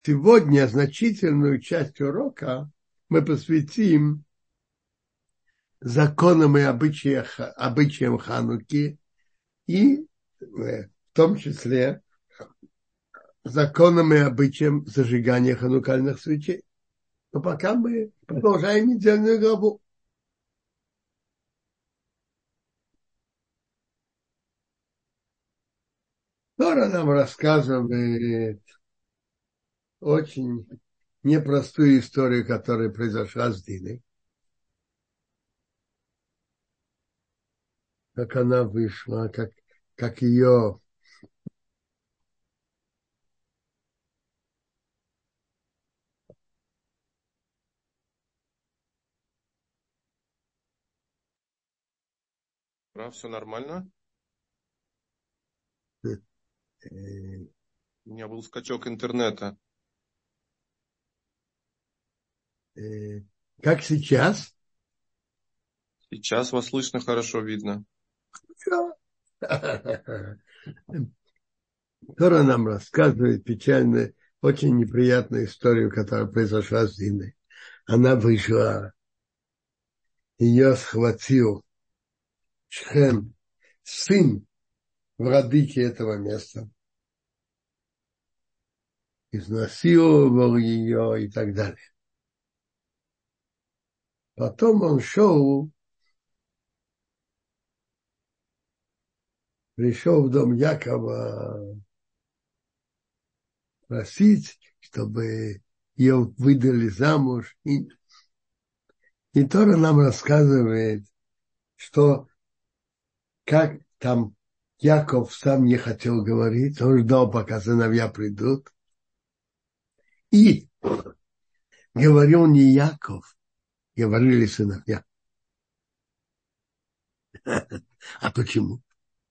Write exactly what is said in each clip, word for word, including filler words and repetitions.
сегодня значительную часть урока мы посвятим законам и обычаям, обычаям Хануки и в том числе законам и обычаям зажигания ханукальных свечей. Но пока мы продолжаем недельную главу. Тора нам рассказывает очень непростую историю, которая произошла с Диной. Как она вышла, как, как ее Да, все нормально. э, У меня был скачок интернета. э, как сейчас. Сейчас вас слышно хорошо, видно. Тора нам рассказывает печальную, очень неприятную историю, которая произошла с Диной. Она вышла, ее схватил Шхем, сын владыки этого места, изнасиловал ее и так далее. Потом он шел, пришел в дом Якова просить, чтобы ее выдали замуж. И, и Тора нам рассказывает, что как там Яков сам не хотел говорить, он ждал, пока сыновья придут. И говорил не Яков, говорили сыновья. А почему?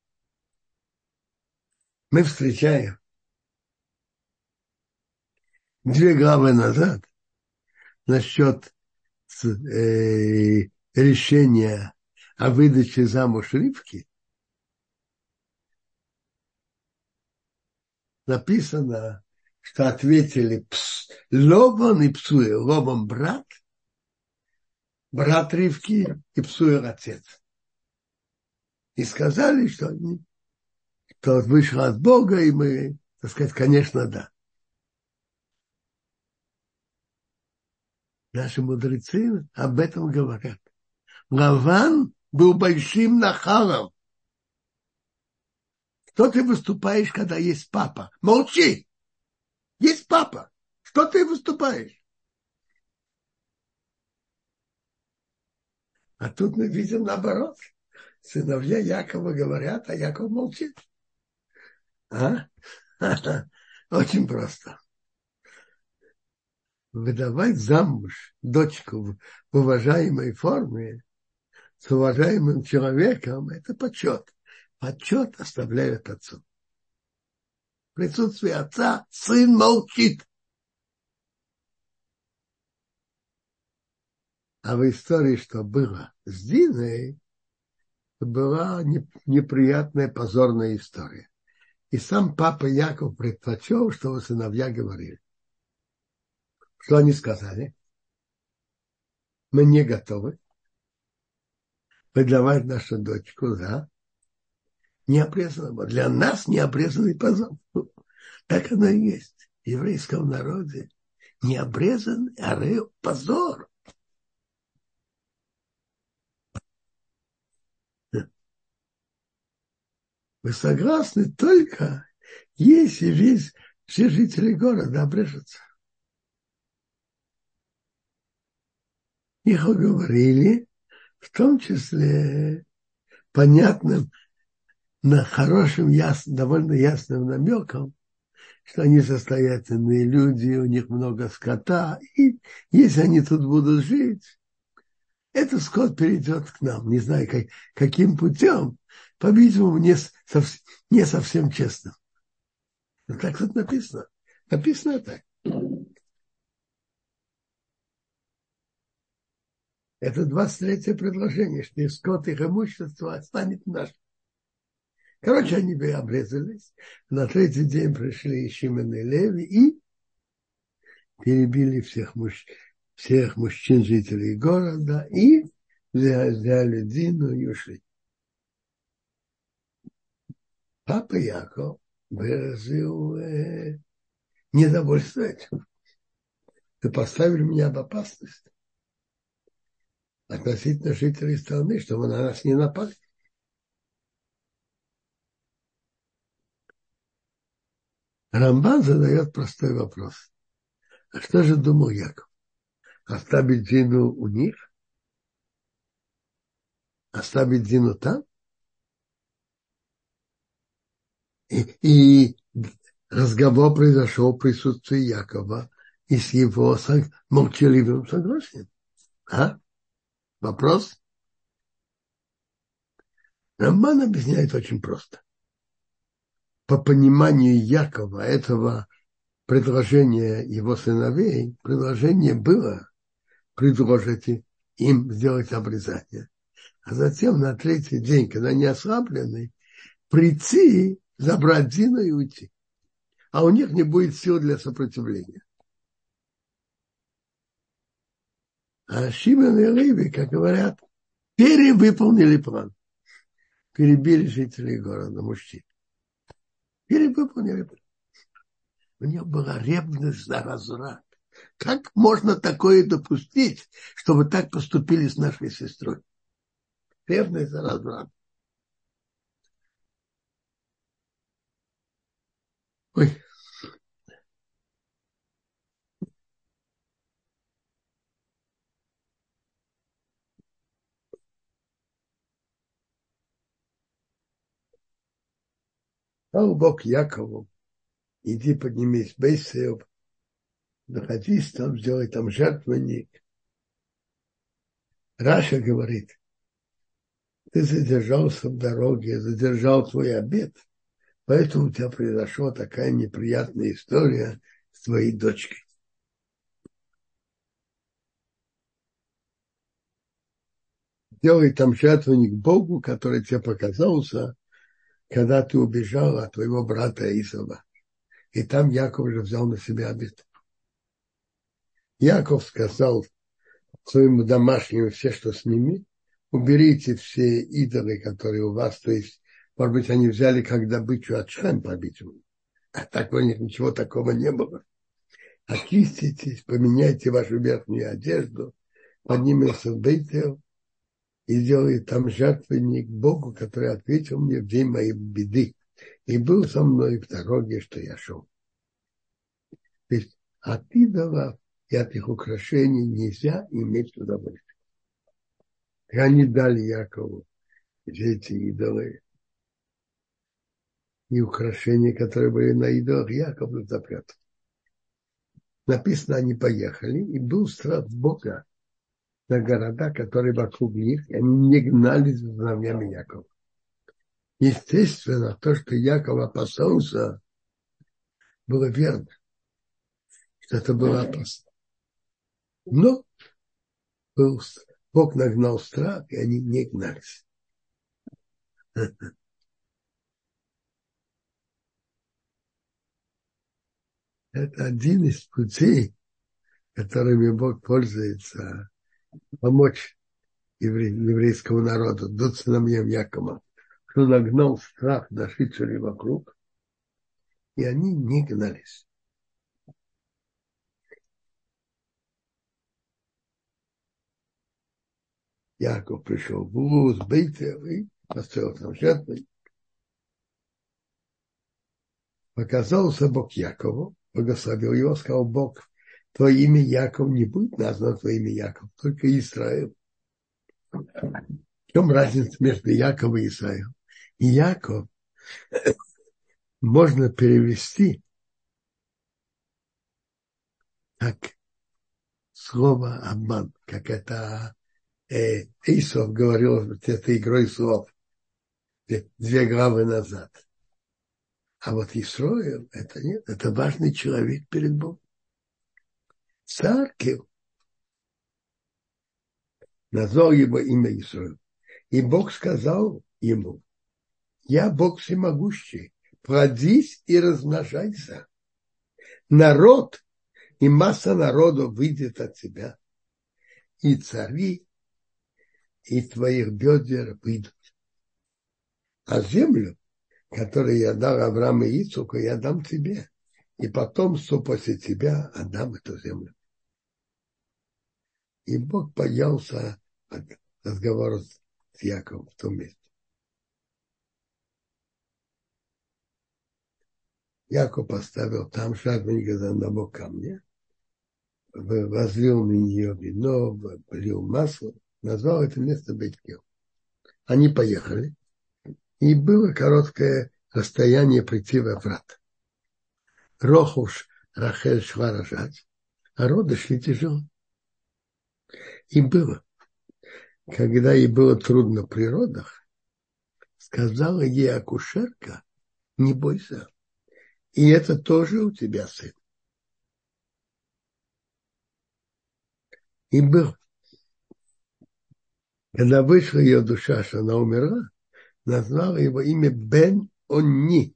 Мы встречаем две главы назад насчет э, решения о выдаче замуж Ривки. Написано, что ответили Пс, Лобан и Псуэ. Лобан брат, брат Ривки и Псуэ отец. И сказали, что они, что вышло от Бога, и мы, так сказать, конечно, да. Наши мудрецы об этом говорят. Лаван был большим нахалом. Что ты выступаешь, когда есть папа? Молчи! Есть папа. Что ты выступаешь? А тут мы видим наоборот. Сыновья Якова говорят, а Яков молчит. А? Очень просто. Выдавать замуж дочку в уважаемой форме с уважаемым человеком – это почет. Почет оставляют отцу. В присутствии отца сын молчит. А в истории, что было с Диной, была неприятная, позорная история. И сам папа Яков предпочел, чтобы сыновья говорили. Что они сказали? Мы не готовы выдавать нашу дочку за необрезанного. Для нас необрезанный позор. Так оно и есть. В еврейском народе необрезанный орел позор. Вы согласны только, если весь, все жители города обрежутся. Их уговорили, в том числе понятным, на хорошим, ясным, довольно ясным намеком, что они состоятельные люди, у них много скота, и если они тут будут жить, этот скот перейдет к нам. Не знаю, как, каким путем, по-видимому, не, совсем, не совсем честно. Но так тут написано. Написано так. Это двадцать третье предложение, что их скот, их имущество станет нашим. Короче, они обрезались. На третий день пришли Шимон и Леви и перебили всех, мужч... всех мужчин, жителей города, и взяли Дину и ушли. Папа Яков выразил э, недовольство этим. Вы поставили меня в опасность относительно жителей страны, чтобы на нас не напали. Рамбан задает простой вопрос. А что же думал Яков? Оставить Дину у них? Оставить Дину там? И, и разговор произошел в присутствии Якова и с его молчаливым согласием. А? Вопрос? Рамбан объясняет очень просто. По пониманию Якова этого предложения его сыновей, предложение было предложить им сделать обрезание. А затем на третий день, когда они ослаблены, прийти, забрать Дину и уйти. А у них не будет сил для сопротивления. А Шимон и Леви, как говорят, перевыполнили план. Перебили жителей города, мужчин. Перевыполнили план. У них была ревность за разврат. Как можно такое допустить, чтобы так поступили с нашей сестрой? Ревность за разврат. Ой. Дал Бог Якову: иди поднимись в Бейсеев, находись там, сделай там жертвенник. Раша говорит: ты задержался в дороге, задержал твой обед, поэтому у тебя произошла такая неприятная история с твоей дочкой. Делай там жертвенник Богу, который тебе показался, когда ты убежал от твоего брата Исава. И там Яков уже взял на себя обет. Яков сказал своим домашним, все, что с ними: уберите все идолы, которые у вас, то есть, может быть, они взяли как добычу от Шхем, по-видимому. А так у них ничего такого не было. Очиститесь, поменяйте вашу верхнюю одежду, поднимемся в Бейтел и сделай там жертвенник Богу, который ответил мне в день моей беды и был со мной в дороге, что я шел. То есть от идолов и от их украшений нельзя иметь удовольствие. И они дали Якову эти идолы и украшения, которые были на идолах, Яков их запрятал. Написано, они поехали, и был страх Бога на города, которые вокруг них, и они не гнались за сыновьями Якова. Естественно, то, что Яков опасался, было верно, что это было опасно. Но был, Бог нагнал страх, и они не гнались. Это один из путей, которыми Бог пользуется, помочь евре, еврейскому народу, до сыновьям Якова, что нагнал страх на жителей вокруг, и они не гнались. Яков пришел в Луз, Бейтел и построил там жертвы. Показался Бог Якову, благословил его, сказал: Бог, твое имя Яков не будет названо твое имя Яков, только Израиль. В чем разница между Яковом и Израилем? И Яков можно перевести как слово обман, как это э, Исов говорил, это игрой слов, две главы назад. А вот Исраиль, это нет, это важный человек перед Богом. Царь назвал его имя Исраиль. И Бог сказал ему: я Бог всемогущий, плодись и размножайся. Народ, и масса народу выйдет от тебя, и цари, и твоих бедер выйдут. А землю, которую я дал Аврааму и Ицхаку, я дам тебе, и потомству после тебя отдам эту землю. И Бог боялся от разговора с Яковом в том месте. Яков поставил там жертвенник из одного камня, возлил на нее вино, полил масло, назвал это место Бейт-Кел. Они поехали, и было короткое расстояние прийти в Эфрат. Рохуш Рахель шла рожать, а роды шли тяжело. И было, когда ей было трудно при родах, сказала ей акушерка: не бойся, и это тоже у тебя сын. И был, когда вышла ее душа, что она умерла, назвала его имя Бен-Они.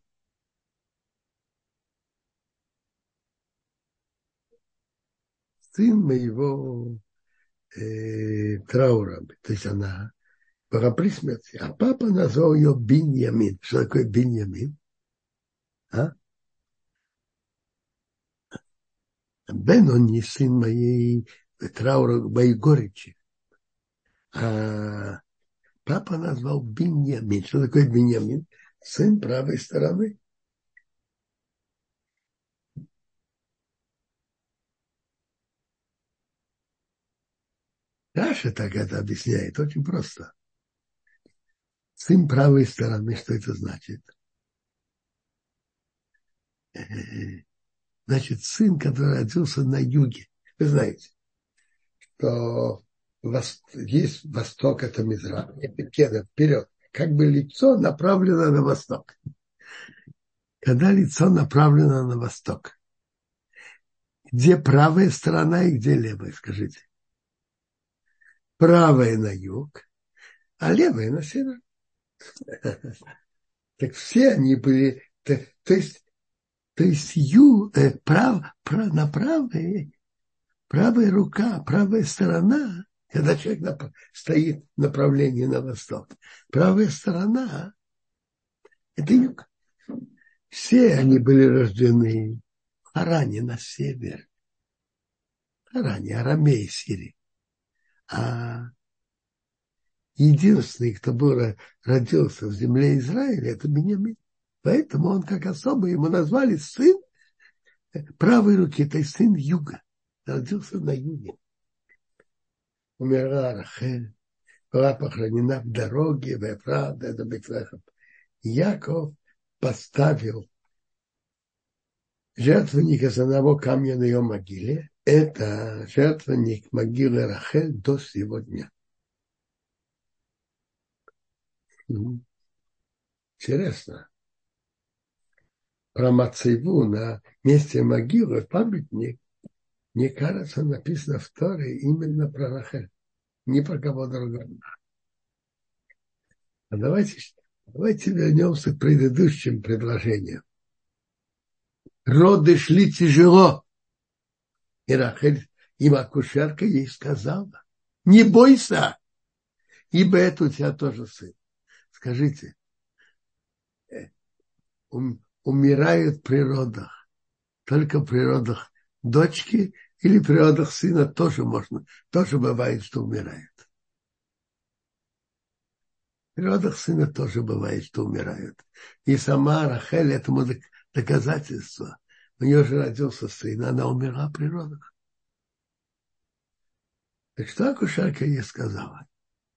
Сын моего э, траура. То есть она была при смерти. А папа назвал ее Биньямин. Что такое Биньямин? А? Бен-Они, сын моей траура, моей горечи. А папа назвал Биньямин. Что такое Биньямин? Сын правой стороны. Раша так это объясняет, очень просто. Сын правой стороны, что это значит? Значит, сын, который родился на юге. Вы знаете, что есть восток, это Мизрах, вперед. Как бы лицо направлено на восток. Когда лицо направлено на восток, где правая сторона и где левая, скажите? Правая на юг, а левая на север. Так все они были, то, то есть, то есть ю, э, прав, прав, на правой, правая рука, правая сторона, когда человек нап- стоит в направлении на восток, правая сторона – это юг. Все они были рождены в Харане на север. Харане, Арамей, Сирии. А единственный, кто был, родился в земле Израиля, это Беньямин. Поэтому он как особо, ему назвали сын правой руки, то есть сын юга. Родился на юге. Умерла Рахель, была похоронена в дороге в Эфрат, это Бетлехем. Яков поставил жертвенник из одного камня на ее могиле. Это жертвенник могилы Рахель до сего дня. Интересно. Про Мацейву на месте могилы памятник, мне кажется, написано в Торе именно про Рахель, не про кого другого. А давайте, давайте вернемся к предыдущим предложениям. Роды шли тяжело. И Рахель, и акушерка ей сказала: не бойся, ибо это у тебя тоже сын. Скажите, умирают при родах только при родах дочки или при родах сына тоже можно, тоже бывает, что умирает. При родах сына тоже бывает, что умирают. И сама Рахель этому доказательство. У нее же родился сын, она умерла при родах. Так что акушерка ей сказала?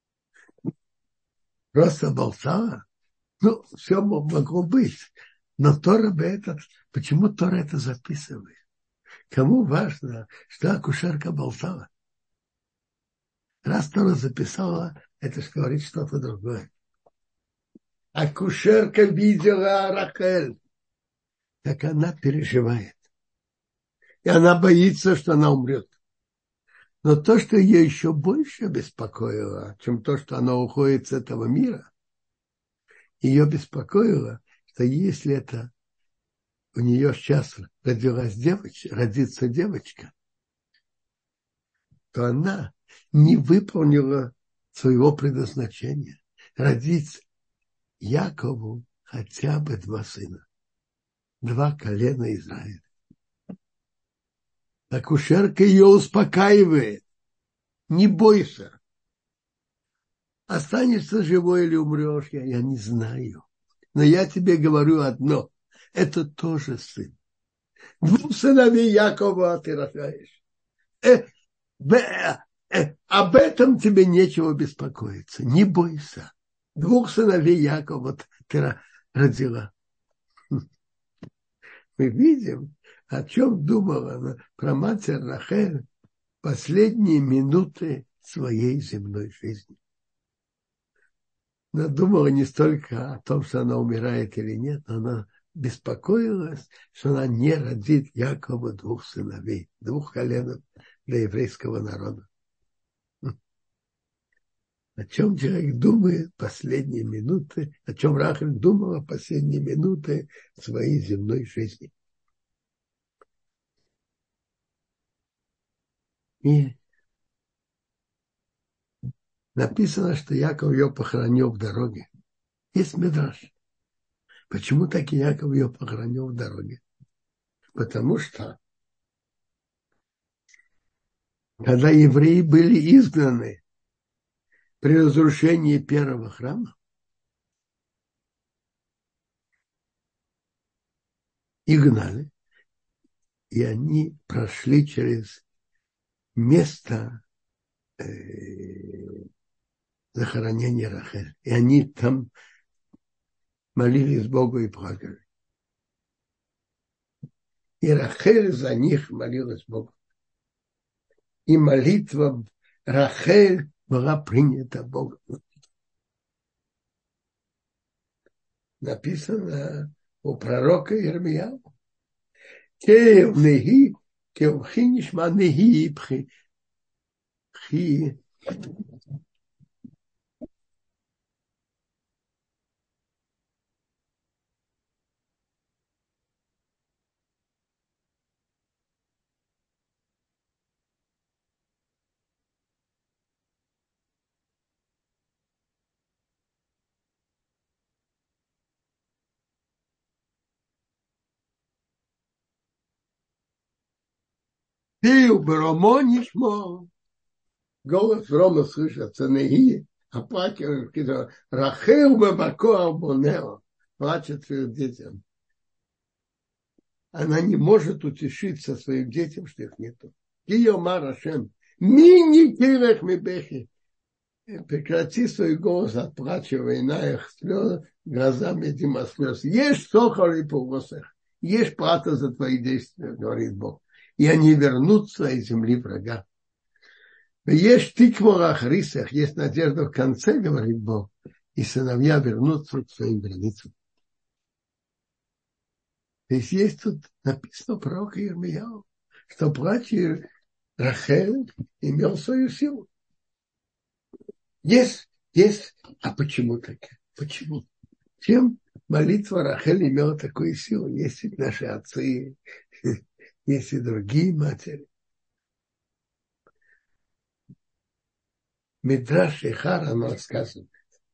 Просто болтала? Ну, все могло быть. Но Тора бы это... Почему Тора это записывает? Кому важно, что акушерка болтала? Раз Тора записала, это же говорит что-то другое. Акушерка видела Рахель, как она переживает. И она боится, что она умрет. Но то, что ее еще больше беспокоило, чем то, что она уходит с этого мира, ее беспокоило, что если это у нее сейчас родилась девочка, родится девочка, то она не выполнила своего предназначения родить Якову хотя бы два сына, два колена Израиля. Акушерка ее успокаивает. Не бойся. Останешься живой или умрешь, я, я не знаю. Но я тебе говорю одно. Это тоже сын. Двух сыновей Якова ты рожаешь. Э, э, э, об этом тебе нечего беспокоиться. Не бойся. Двух сыновей Якова ты родила. Мы видим, о чем думала она про матерь Рахель последние минуты своей земной жизни. Она думала не столько о том, что она умирает или нет, но она беспокоилась, что она не родит Якова двух сыновей, двух коленов для еврейского народа. О чем человек думает последние минуты, о чем Рахель думала последние минуты своей земной жизни. И написано, что Яков ее похоронил в дороге. Есть мидраш. Почему так и Яков ее похоронил в дороге? Потому что когда евреи были изгнаны при разрушении первого храма, и гнали, и они прошли через место э, захоронения Рахель. И они там молились Богу и плакали. И Рахель за них молилась Богу. И молитва Рахель была принята Богом. Написано у пророка Ирмияу. Кейл нехи, кейл хи нишма нехи пхи. Хи. Кейл беромо нишма. Голос Рома слышится, нехи. А плакал, когда Рахел бабако албонео, плачет своим детям. Она не может утешиться своим детям, что их нету. Киома Рашем, мини кирах мибехи. Прекрати свой голос от плача, война их слез, глазами этим слез. Ешь сохар и полосах, ешь плата за твои действия, говорит Бог. И они вернутся из земли врага. Есть тиква ахрисах, есть надежда в конце, говорит Бог, и сыновья вернутся к своим границам. То есть есть тут написано пророк Ирмияу, что плач Рахель имел свою силу. Есть, есть. А почему так? Почему? Чем молитва Рахель имела такую силу? Есть и наши отцы, есть и другие матери. Мидраш Ихар, оно рассказывает.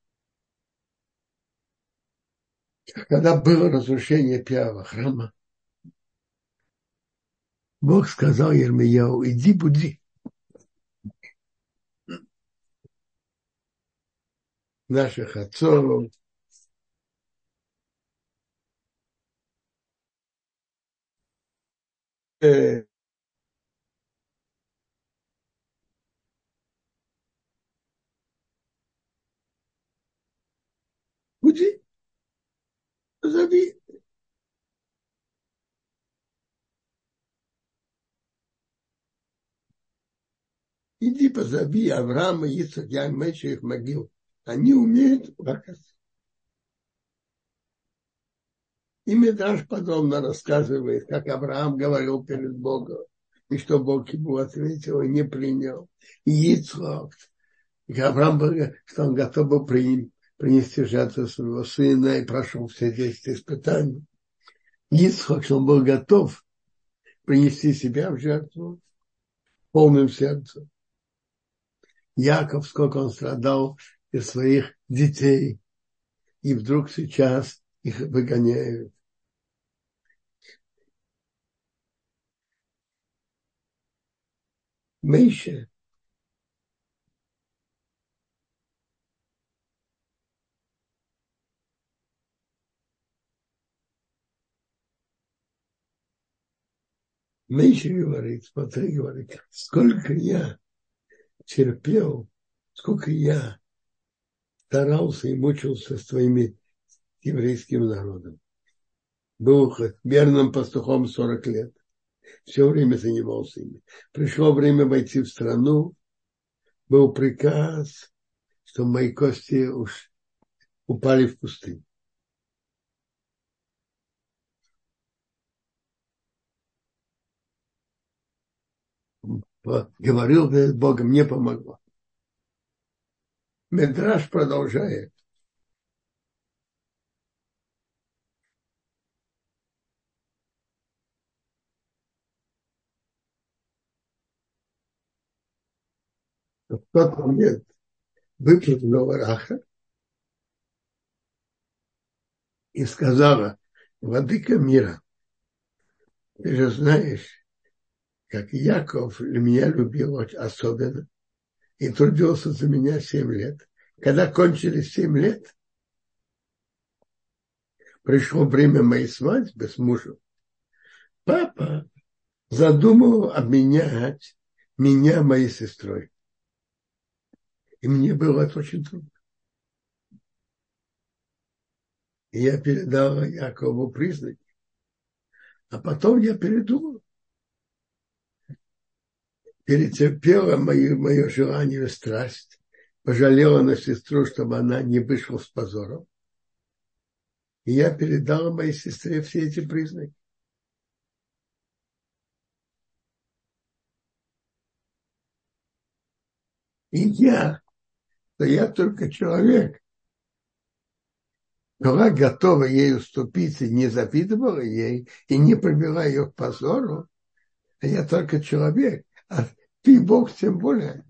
Когда было разрушение первого храма, Бог сказал Ирмияу, иди буди наших отцов, э, буди, позови. Иди позови Авраама, Ицхак, Янмеча, их могил. Они умеют плакать. И Мидраш подобно рассказывает, как Авраам говорил перед Богом, и что Бог ему ответил и не принял. И Ицхак, и Авраам, что он готов был принести жертву своего сына и прошел все десять испытаний. Ицхак, что он был готов принести себя в жертву полным сердцем. Яков, сколько он страдал из своих детей, и вдруг сейчас их выгоняют. Мейша, Мейша говорит, смотри, говорит, сколько я терпел, сколько я старался и мучился с твоими еврейским народом. Был верным пастухом сорок лет. Все время занимался ими. Пришло время войти в страну. Был приказ, что мои кости уж упали в пустыню. Говорил перед Богом, не помогло. Медраш продолжает. В тот момент выпрыгнула Раха и сказала: владыка мира, ты же знаешь, как Яков меня любил особенно и трудился за меня семь лет. Когда кончились семь лет, пришло время моей свадьбы с мужем. Папа задумал обменять меня моей сестрой. И мне было это очень трудно. И я передал Якову признаки. А потом я передумал. Перетерпела мое, мое желание и страсть. Пожалела на сестру, чтобы она не вышла с позором. И я передала моей сестре все эти признаки. И я, что я только человек, была готова ей уступить и не завидовала ей, и не привела ее к позору, а я только человек, а ты Бог тем более.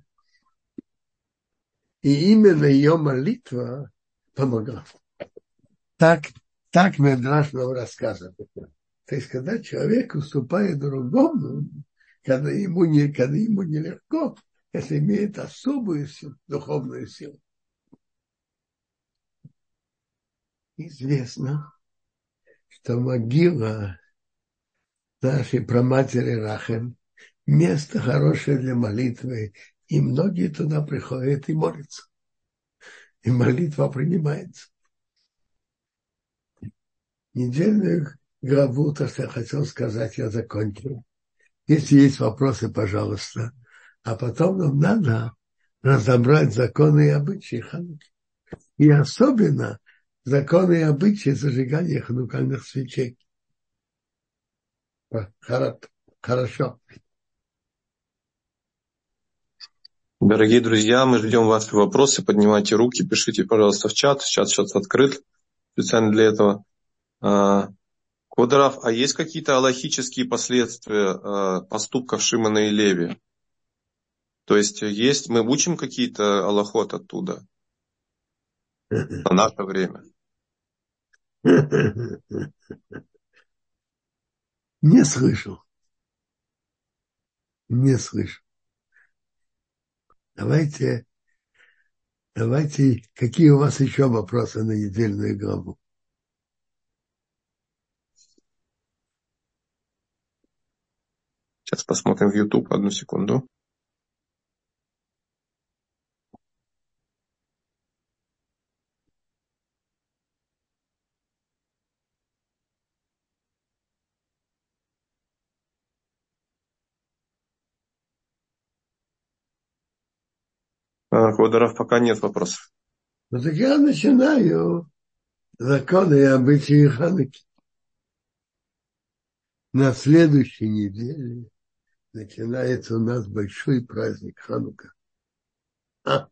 И именно ее молитва помогла. Так, так Медраш нам рассказывает. То есть, когда человек уступает другому, когда ему, не, когда ему нелегко, это имеет особую силу, духовную силу. Известно, что могила нашей праматери Рахель место хорошее для молитвы, и многие туда приходят и молятся. И молитва принимается. Недельную главу, то, что я хотел сказать, я закончил. Если есть вопросы, пожалуйста. А потом нам надо разобрать законы и обычаи Хануки. И особенно законы и обычаи зажигания ханукальных свечей. Хорошо. Дорогие друзья, мы ждем ваши вопросы. Поднимайте руки, пишите, пожалуйста, в чат. Чат сейчас открыт специально для этого. Квадрав, а есть какие-то алахические последствия поступков Шимона и Леви? То есть, есть, мы учим какие-то алахот оттуда на наше время? Не слышал. Не слышал. Давайте, давайте, какие у вас еще вопросы на недельную главу? Сейчас посмотрим в YouTube, одну секунду. Квадрав, пока нет вопросов. Ну так я начинаю законы и обычаи Хануки. На следующей неделе начинается у нас большой праздник Ханука. А,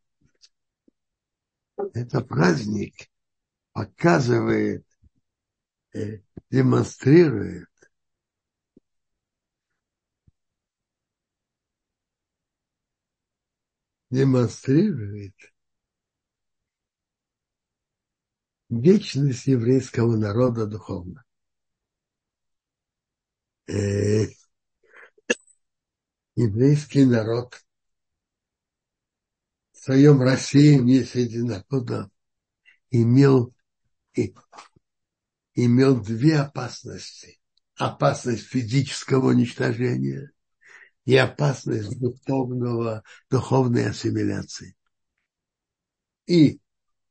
это праздник показывает э, демонстрирует демонстрирует вечность еврейского народа духовно. Э, еврейский народ в своем рассеянии среди народа имел, и, имел две опасности. Опасность физического уничтожения и опасность духовного, духовной ассимиляции. И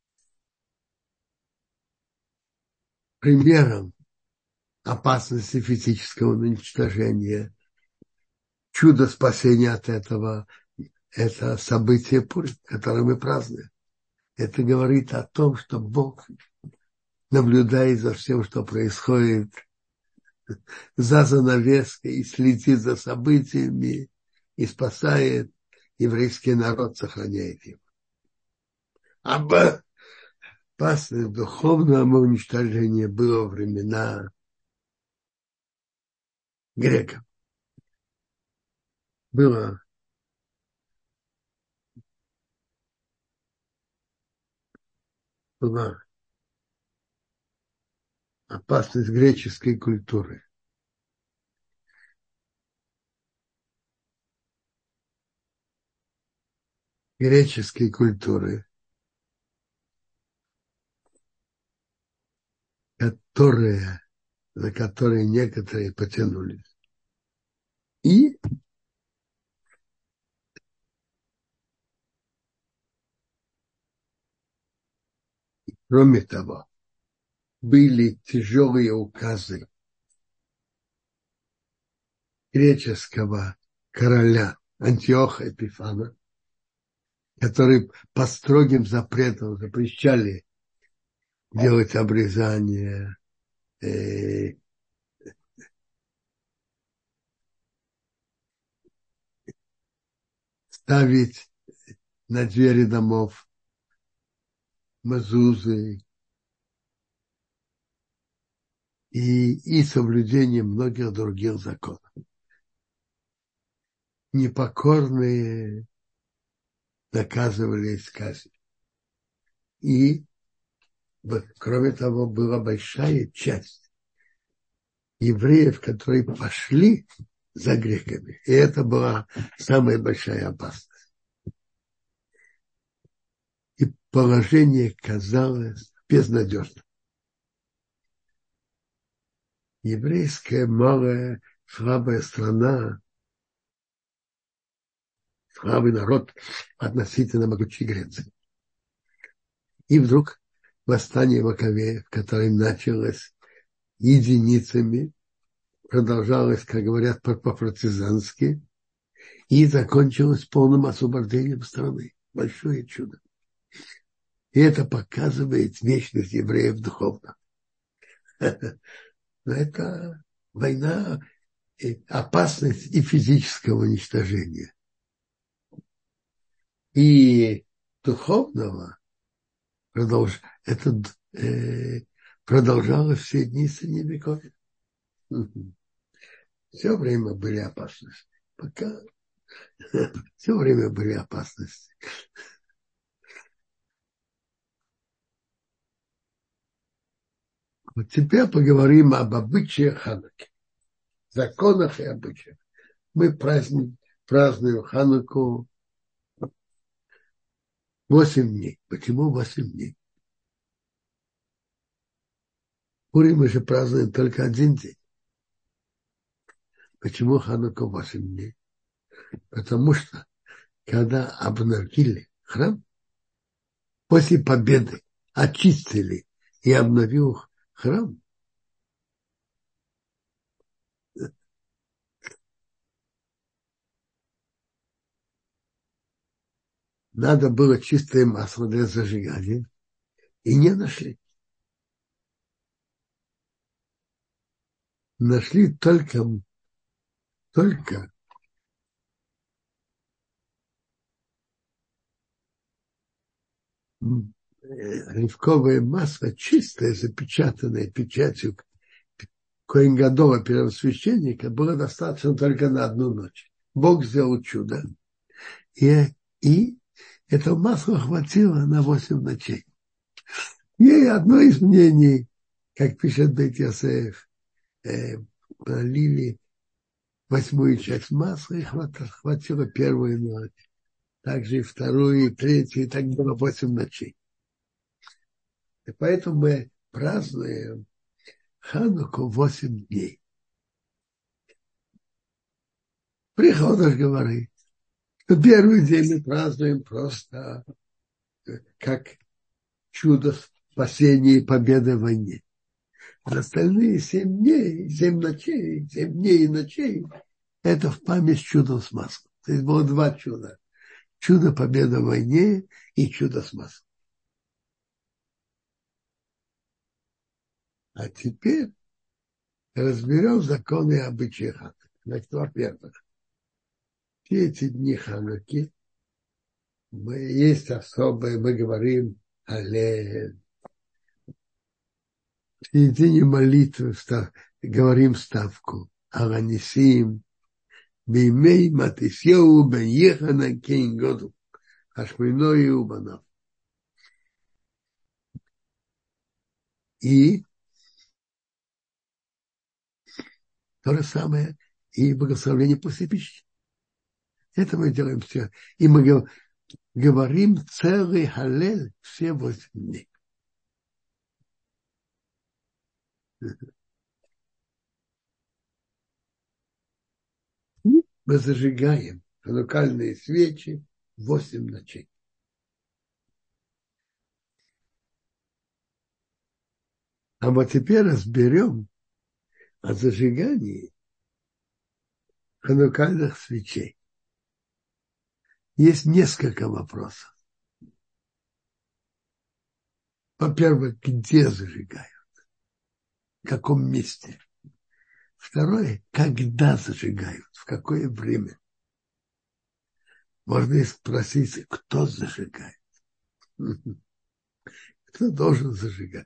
примером опасности физического уничтожения, чудо спасения от этого, это событие Пурим, которое мы празднуем. Это говорит о том, что Бог наблюдает за всем, что происходит за занавеской и следит за событиями и спасает еврейский народ, сохраняет его. Об опасность духовного уничтожения было во времена греков. Было была опасность греческой культуры. Греческой культуры, которые, за которые некоторые потянулись. И кроме того, были тяжелые указы греческого короля Антиоха Эпифана, которые по строгим запретам запрещали делать обрезание, э, ставить на двери домов мазузы и, и соблюдение многих других законов. Непокорные наказывались казнью. И, кроме того, была большая часть евреев, которые пошли за греками. И это была самая большая опасность. И положение казалось безнадежным. Еврейская малая слабая страна, слабый народ относительно могучей Греции. И вдруг восстание Маковеев, которое началось единицами, продолжалось, как говорят, по-партизански, и закончилось полным освобождением страны. Большое чудо. И это показывает вечность евреев духовно. Но это война, опасность и физического уничтожения. И духовного продолж... это э, продолжалось все дни Средневековья. Все время были опасности. Пока все время были опасности. Вот теперь поговорим об обычаях Хануки, законах и обычаях. Мы празднуем, празднуем Хануку восемь дней. Почему восемь дней? Пурим мы же празднуем только один день. Почему Ханука восемь дней? Потому что когда обновили храм, после победы очистили и обновил храм, надо было чистое масло для зажигания, и не нашли. Нашли только, только оливковое масло чистое, запечатанное печатью коэн гадола, первосвященника, было достаточно только на одну ночь. Бог сделал чудо. И, и этого масла хватило на восемь ночей. И одно из мнений, как пишет Бейт Йосеф, э, пролили восьмую часть масла, и хватило первую ночь. Также и вторую, и третью, и так было восемь ночей. И поэтому мы празднуем Хануку восемь дней. Приходишь, говорит, что первый день мы празднуем просто как чудо спасения и победы в войне. А остальные семь дней, семь ночей, семь дней и ночей – это в память с чудом с маслом. То есть было два чуда. Чудо победы в войне и чудо с маслом. А теперь разберем законы и обычаи Хануки. Значит, во-первых, все эти дни Хануки мы, есть особые, мы говорим Аллель. В середине молитвы встав, говорим ставку Аланисим, Беймей Матисьеу бен Ехана Кейн Году, Ашминой и Убанов. И то же самое и благословение после пищи. Это мы делаем все. И мы говорим целый Халель все восемь дней. Мы зажигаем ханукальные свечи восемь ночей. А вот теперь разберем о зажигании ханукальных свечей. Есть несколько вопросов. Во-первых, где зажигают? В каком месте? Второе, когда зажигают? В какое время? Можно и спросить, кто зажигает? Кто должен зажигать?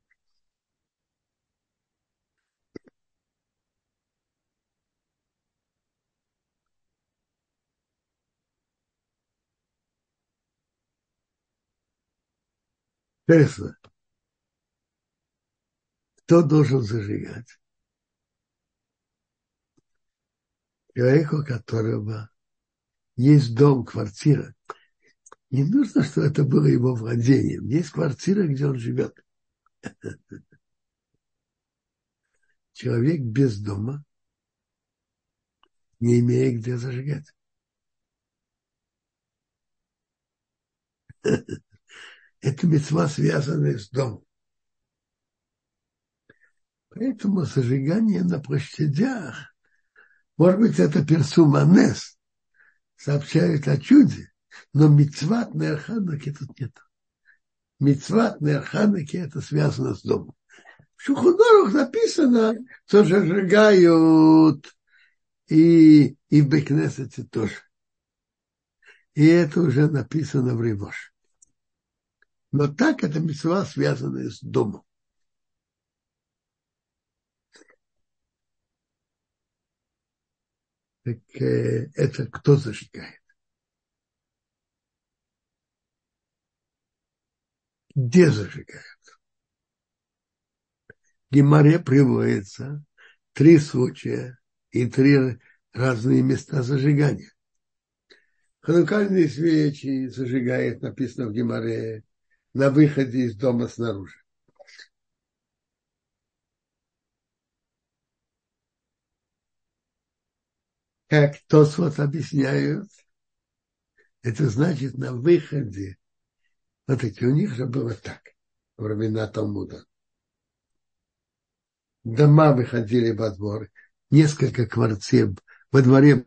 Интересно, кто должен зажигать? Человеку, у которого есть дом, квартира. Не нужно, чтобы это было его владением. Есть квартира, где он живет. Человек без дома, не имея где зажигать. Это мицва, связанная с домом. Поэтому зажигание на площадях, может быть, это персум анес, сообщает о чуде, но мицват нер Хануки тут нет. Мицват нер Хануки это связано с домом. В Шулхан Арух написано, что зажигают и, и в Бейт-Кнесете тоже. И это уже написано в Ривош. Но так это мицва, связанная с домом. Так э, это кто зажигает? Где зажигают? В Гемаре приводится три случая и три разные места зажигания. Ханукальные свечи зажигает, написано в Гемаре, на выходе из дома снаружи. Как Тосфот объясняют, это значит на выходе. Смотрите, у них же было так, во времена Талмуда. Дома выходили во двор, несколько квартир, во дворе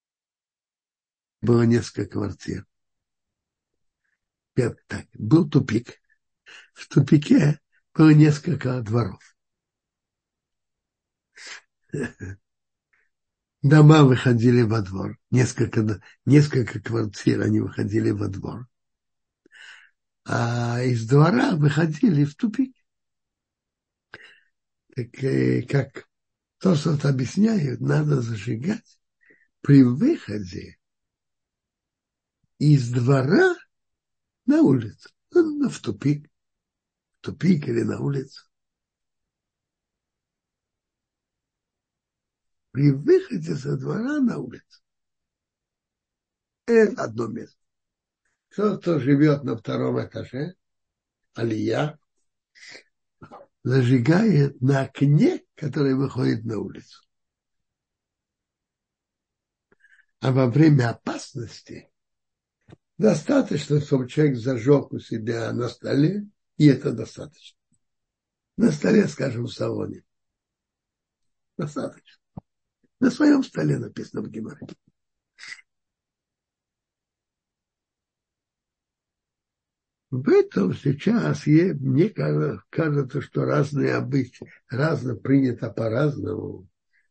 было несколько квартир. Так, был тупик. В тупике было несколько дворов. Дома выходили во двор. Несколько, несколько квартир они выходили во двор. А из двора выходили в тупик. Так, как То, что вот объясняют, надо зажигать при выходе из двора на улицу, ну, в тупик, в тупик или на улицу. При выходе со двора на улицу. Это одно место. Кто, кто живет на втором этаже, алия, зажигает на окне, которое выходит на улицу. А во время опасности достаточно, чтобы человек зажег у себя на столе, и это достаточно. На столе, скажем, в салоне. Достаточно. На своем столе написано в Гемаре. В этом сейчас есть, мне кажется, что разные обычаи, разно принято по-разному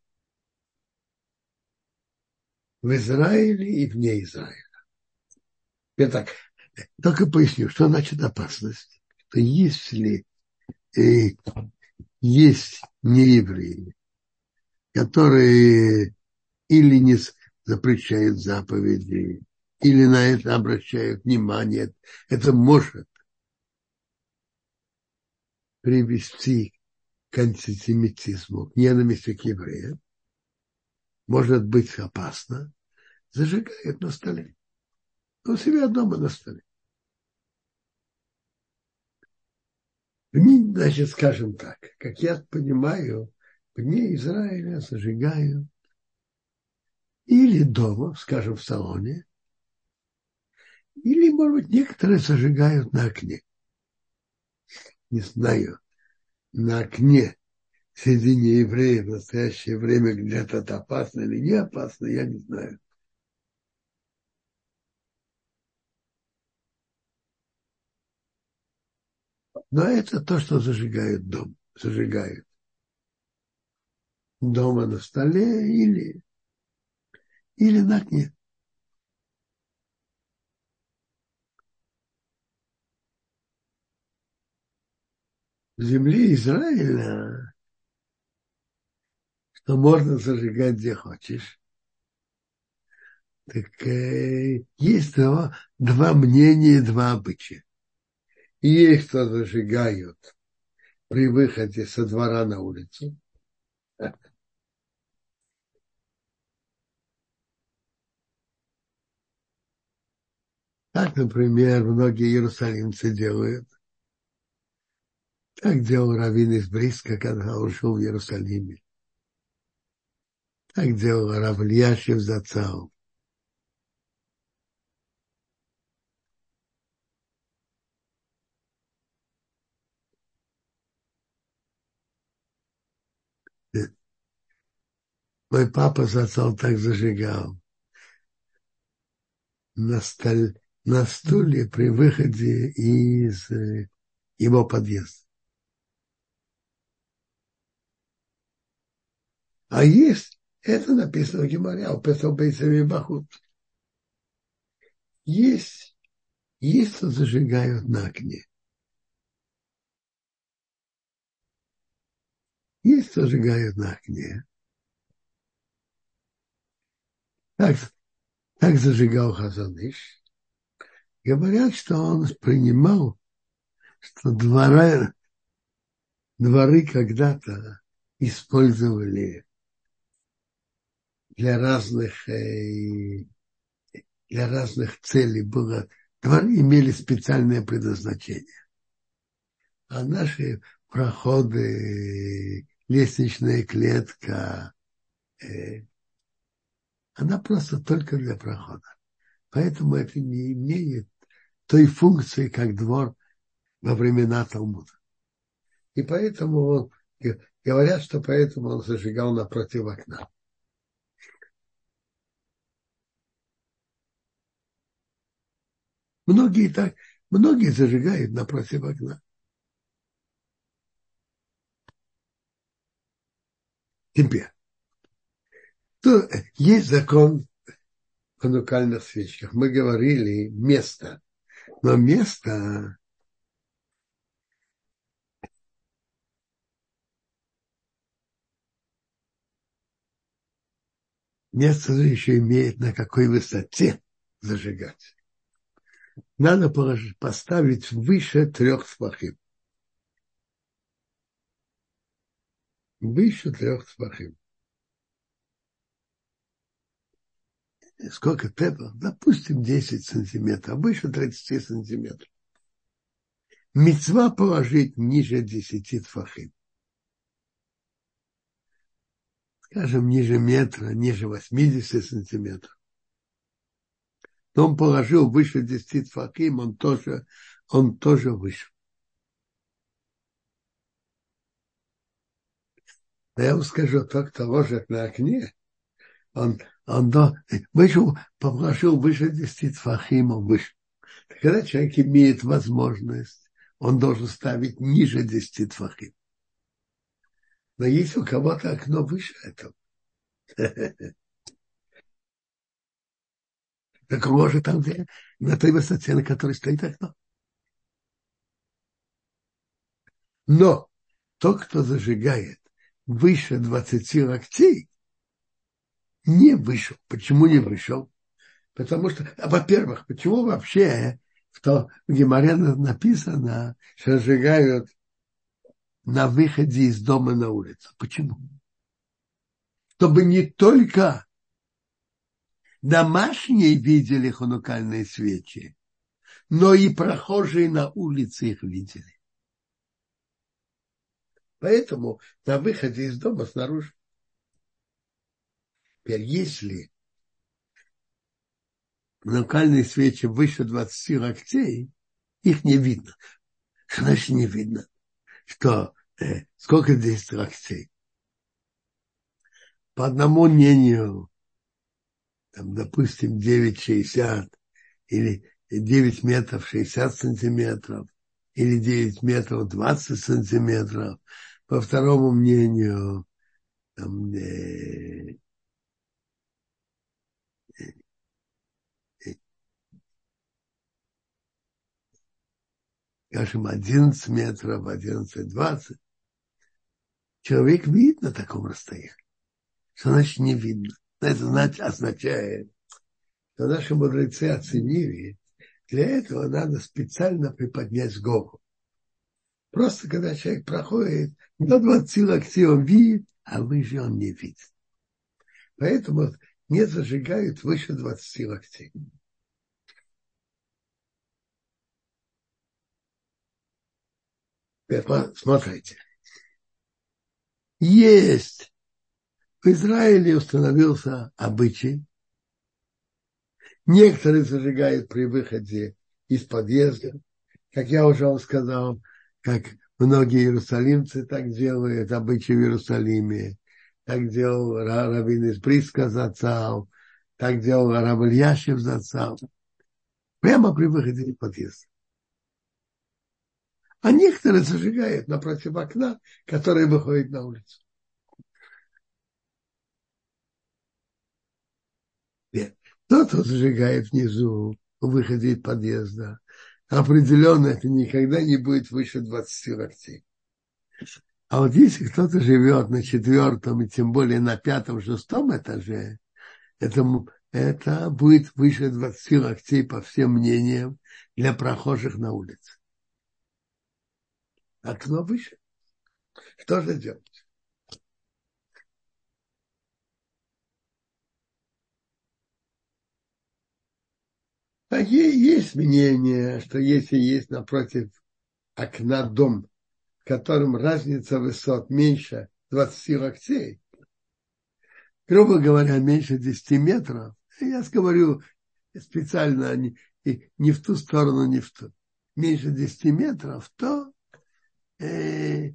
в Израиле и вне Израиля. Я так только поясню, что значит опасность. Что если э, есть неевреи, которые или не запрещают заповеди, или на это обращают внимание, это может привести к антисемитизму, к ненависти к евреям, может быть опасно, зажигает на столе. У себя дома на столе. Значит, скажем так, как я понимаю, вне Израиля зажигают или дома, скажем, в салоне, или, может быть, некоторые зажигают на окне. Не знаю, на окне среди неевреев в настоящее время где-то это опасно или не опасно, я не знаю. Но это то, что зажигают дом, зажигают дома на столе или, или на окне. В земле Израиля, что можно зажигать где хочешь, так э, есть два, два мнения, два обычая. Есть, кто зажигают при выходе со двора на улицу. Так, например, многие иерусалимцы делают. Так делал раввин из Бриска, когда он жил в Иерусалиме. Так делал рав Ильяшев Зацал. Мой папа Зацал так зажигал на, столь, на стуле при выходе из э, его подъезда. А есть, это написано в Гемаре, а у Песах Бейцами Бахут. Есть, есть, кто зажигают на окне. Есть, кто зажигают на окне. Так, так зажигал Хазаныш. Говорят, что он принимал, что двора, дворы когда-то использовали для разных, э, для разных целей. Было, дворы имели специальное предназначение. А наши проходы, лестничная клетка, э, она просто только для прохода. Поэтому это не имеет той функции, как двор во времена Талмуда. И поэтому он, говорят, что поэтому он зажигал напротив окна. Многие так, многие зажигают напротив окна. Теперь, то есть закон о ханукальных свечках. Мы говорили место, но место Место же еще имеет, на какой высоте зажигать. Надо положить, поставить выше трех тфахим. Выше трех тфахим. Сколько это? Допустим, десять сантиметров, выше тридцати сантиметров. Мицва положить ниже десяти тфахим. Скажем, ниже метра, ниже восьмидесяти сантиметров. Но он положил выше десяти тфахим, он тоже, он тоже выше. Но я вам скажу, тот, кто ложит на окне, он, он до, вышел, положил выше десяти тфахим, он выше. Когда человек имеет возможность, он должен ставить ниже десяти тфахим. Но есть у кого-то окно выше этого. Так может там, где, на той высоте, на которой стоит окно. Но тот, кто зажигает выше двадцати локтей, не вышел. Почему не вышел? Потому что, а, во-первых, почему вообще в, то, в Гемаре написано, что зажигают на выходе из дома на улицу? Почему? Чтобы не только домашние видели ханукальные свечи, но и прохожие на улице их видели. Поэтому на выходе из дома снаружи. Теперь, если ханукальные свечи выше двадцати локтей, их не видно. Что значит не видно? Что э, сколько здесь локтей? По одному мнению, там, допустим, девять шестьдесят или девять метров шестьдесят сантиметров или девять метров двадцать сантиметров. По второму мнению, там, э, э, скажем, одиннадцать метров, одиннадцать-двадцать. Человек видит на таком расстоянии. Что значит не видно? Это значит, означает, что наши мудрецы оценили, для этого надо специально приподнять голову. Просто когда человек проходит, до двадцати локтей он видит, а выше он не видит. Поэтому не зажигают выше двадцати локтей. Смотрите. Есть. В Израиле установился обычай. Некоторые зажигают при выходе из подъезда. Как я уже вам сказал, как многие иерусалимцы так делают, обычаи в Иерусалиме. Так делал раввин из Бриска зацал, так делал рав Ильяшев зацал. Прямо при выходе из подъезда. А некоторые зажигают напротив окна, которое выходит на улицу. Нет. Тот, кто зажигает внизу, в выходе из подъезда, определенно это никогда не будет выше двадцати локтей. А вот если кто-то живет на четвертом и тем более на пятом, шестом этаже, это, это будет выше двадцати локтей по всем мнениям для прохожих на улице. Окно выше. Что же делать? А есть мнение, что если есть напротив окна дом, в котором разница высот меньше двадцати локтей, грубо говоря, меньше десяти метров, я говорю специально не, не в ту сторону, не в ту, меньше десяти метров, то э,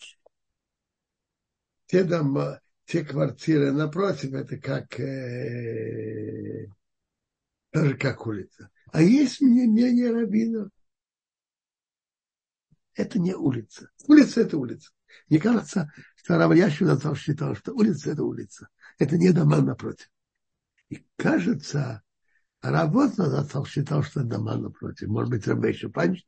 те дома, те квартиры напротив, это как э, тоже как улица. А есть мнение раввинов, это не улица. Улица – это улица. Мне кажется, что рав Ильяшев считал, что улица – это улица. Это не дома напротив. И кажется, рав Зацал считал, что это дома напротив. Может быть, рав еще панчит.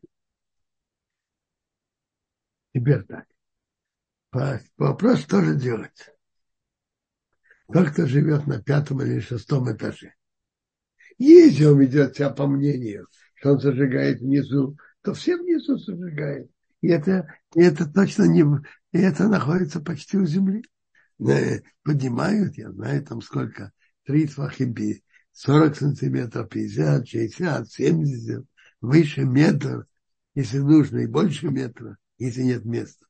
Теперь так. По, по вопросу, что же делать? Тот, кто живет на пятом или шестом этаже. Если он ведет себя по мнению, что он зажигает внизу, то все внизу зажигают. И это, и это точно не... И это находится почти у земли. Поднимают, я знаю, там сколько, тридцать вахиби, сорок сантиметров, пятьдесят, шестьдесят, семьдесят, выше метра, если нужно, и больше метра, если нет места.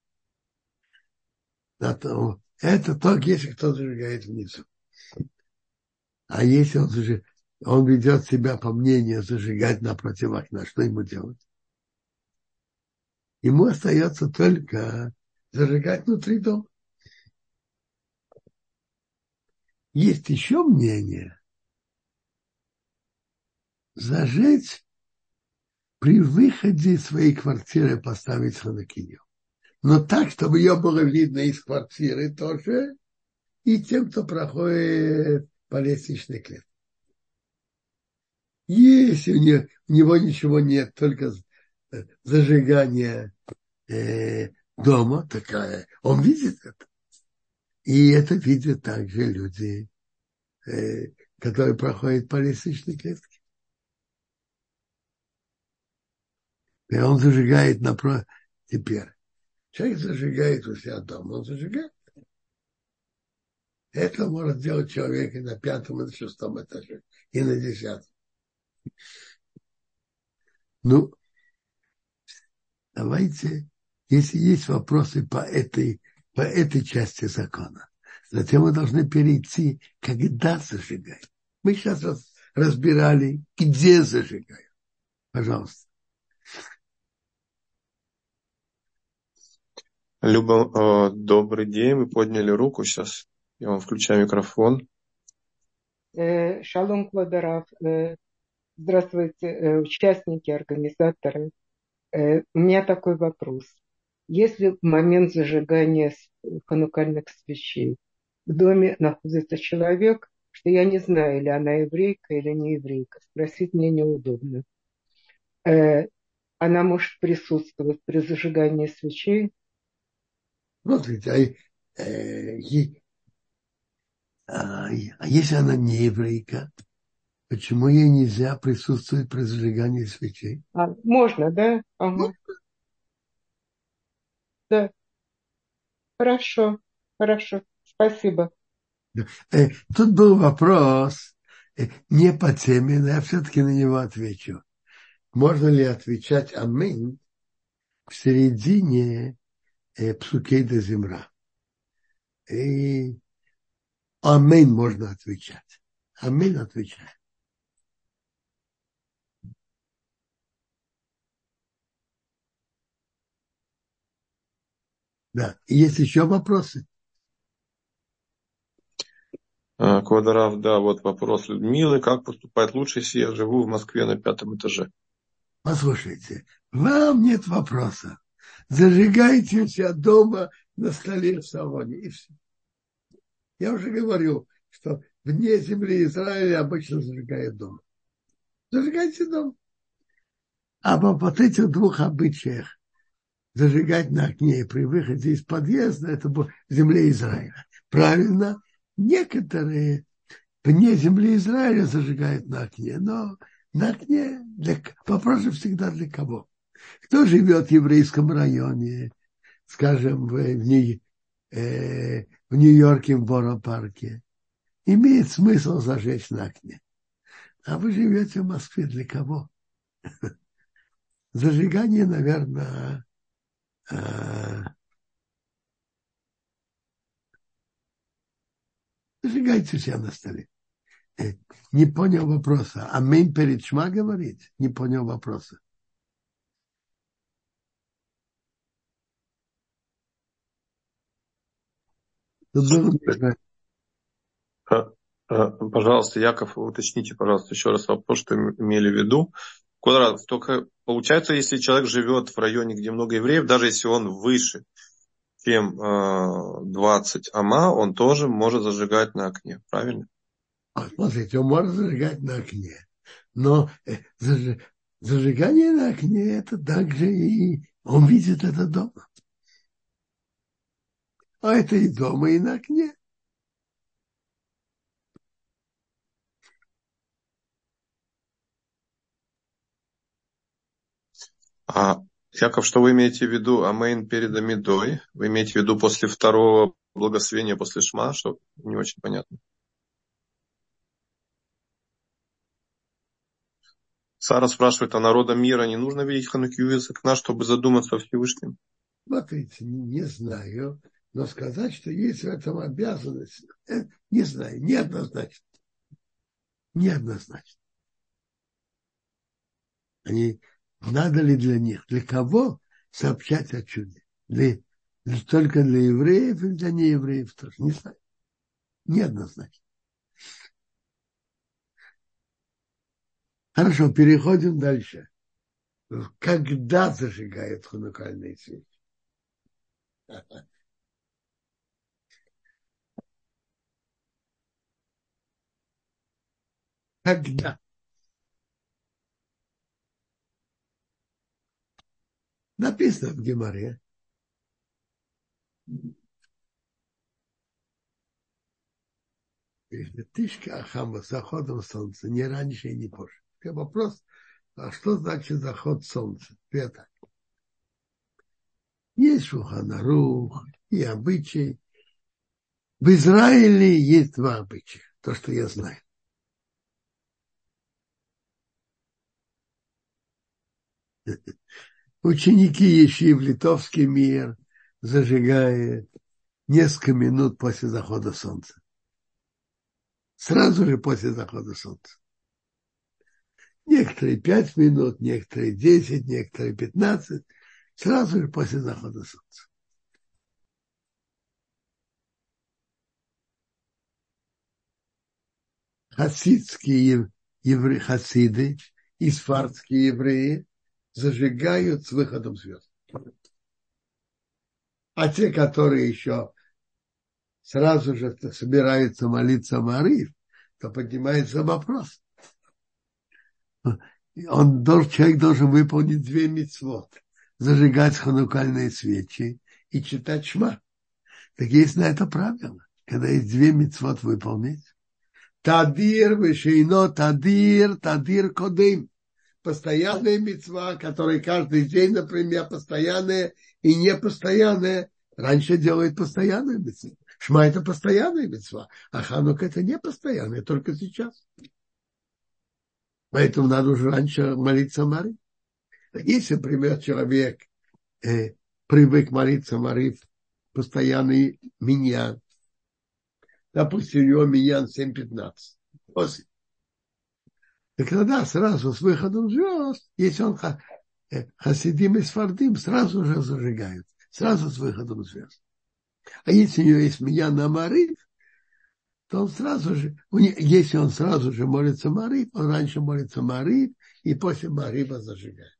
Это, это только если кто зажигает внизу. А если он, зажиг, он ведет себя по мнению зажигать напротив окна, что ему делать? Ему остается только зажигать внутри дома. Есть еще мнение зажечь при выходе из своей квартиры, поставить ханукинью. Но так, чтобы ее было видно из квартиры тоже, и тем, кто проходит по лестничной клетке. Если у него, у него ничего нет, только зажигание э, дома, такая, он видит это. И это видят также люди, э, которые проходят по лестничной клетке. И он зажигает напротив. Теперь человек зажигает у себя дома, он зажигает. Это может делать человек и на пятом, и на шестом этаже, и на десятом. Ну, давайте, если есть вопросы по этой, по этой части закона, затем мы должны перейти, когда зажигать. Мы сейчас раз, разбирали, где зажигают. Пожалуйста. Люба, добрый день, вы подняли руку сейчас. Я вам включаю микрофон. Шалом, Квадарав. Здравствуйте, участники, организаторы. У меня такой вопрос. Если в момент зажигания ханукальных свечей в доме находится человек, что я не знаю, или она еврейка, или не еврейка, спросить мне неудобно, она может присутствовать при зажигании свечей? Смотрите, а, а, а если она не еврейка, почему ей нельзя присутствовать при зажигании свечей? А, можно, да? Ага. Да. Хорошо, хорошо. Спасибо. Тут был вопрос не по теме, но я все-таки на него отвечу. Можно ли отвечать «Аминь» в середине псукей до земра? И «Аминь» можно отвечать. «Аминь» отвечает. Да. И есть еще вопросы? Квадарав, да, вот вопрос Людмилы. Как поступать лучше, если я живу в Москве на пятом этаже? Послушайте, вам нет вопроса. Зажигайте у себя дома на столе в салоне, и все. Я уже говорю, что вне земли Израиля обычно зажигают дома. Зажигайте дома. А по вот этих двух обычаях зажигать на окне при выходе из подъезда, это в земле Израиля. Правильно, некоторые вне земли Израиля зажигают на окне, но на окне для, вопрос же всегда для кого? Кто живет в еврейском районе, скажем, в, в, э, в Нью-Йорке, в Боро-парке, имеет смысл зажечь на окне. А вы живете в Москве для кого? Зажигание, наверное, э, зажигайте себя на столе. Э, не понял вопроса. Аминь перед шма говорить? Не понял вопроса. Пожалуйста, Яков, уточните, пожалуйста, еще раз вопрос, что имели в виду. Квадрат, только получается, если человек живет в районе, где много евреев, даже если он выше, чем двадцать ама, он тоже может зажигать на окне, правильно? Смотрите, он может зажигать на окне, но зажигание на окне это также и он видит это дома. А это и дома, и на окне. А, Яков, что вы имеете в виду амейн перед амидой? Вы имеете в виду после второго благословения, после шма, что не очень понятно. Сара спрашивает, а народам мира не нужно видеть Ханукию из окна, чтобы задуматься о Всевышнем? Смотрите, не, не знаю, но сказать, что есть в этом обязанность, э, не знаю, неоднозначно. Неоднозначно. Они, надо ли для них, для кого сообщать о чуде? Для, для- только для евреев или для неевреев тоже? Не знаю. Неоднозначно. Хорошо, переходим дальше. Когда зажигают ханукальные свечи? Когда? Написано в Гемаре. Тишка Ахама с заходом солнца, не раньше и не позже. Теперь вопрос, а что значит заход солнца? Это. Есть Шулхан Арух и обычаи. В Израиле есть два обычая, то, что я знаю. Ученики Ешив, Литовский мир, зажигают несколько минут после захода солнца. Сразу же после захода солнца. Некоторые пять минут, некоторые десять, некоторые пятнадцать. Сразу же после захода солнца. Хасидские евреи, хасиды и сфардские евреи зажигают с выходом звезд. А те, которые еще сразу же собираются молиться Марив, то поднимается вопрос. Он, человек должен выполнить две мицвот. Зажигать ханукальные свечи и читать шма. Так есть на это правило. Когда есть две мицвот выполнить. Тадир, вишейно, тадир, тадир кодым. Постоянная мицва, которая каждый день, например, постоянная и непостоянная. Раньше делает постоянную мицву. Шма это постоянная мицва, а ханука это не постоянная, только сейчас. Поэтому надо уже раньше молиться Мари. Если, например, человек э, привык молиться Мари в постоянный миньян, допустим, у него миньян семь пятнадцать, после. Так тогда сразу с выходом звезд, если он э, хасидим и сфардим, сразу же зажигают, сразу с выходом звезд. А если у него есть миньян на Мари, то он сразу же, если он сразу же молится Марив, он раньше молится Марив, и после Марива зажигает.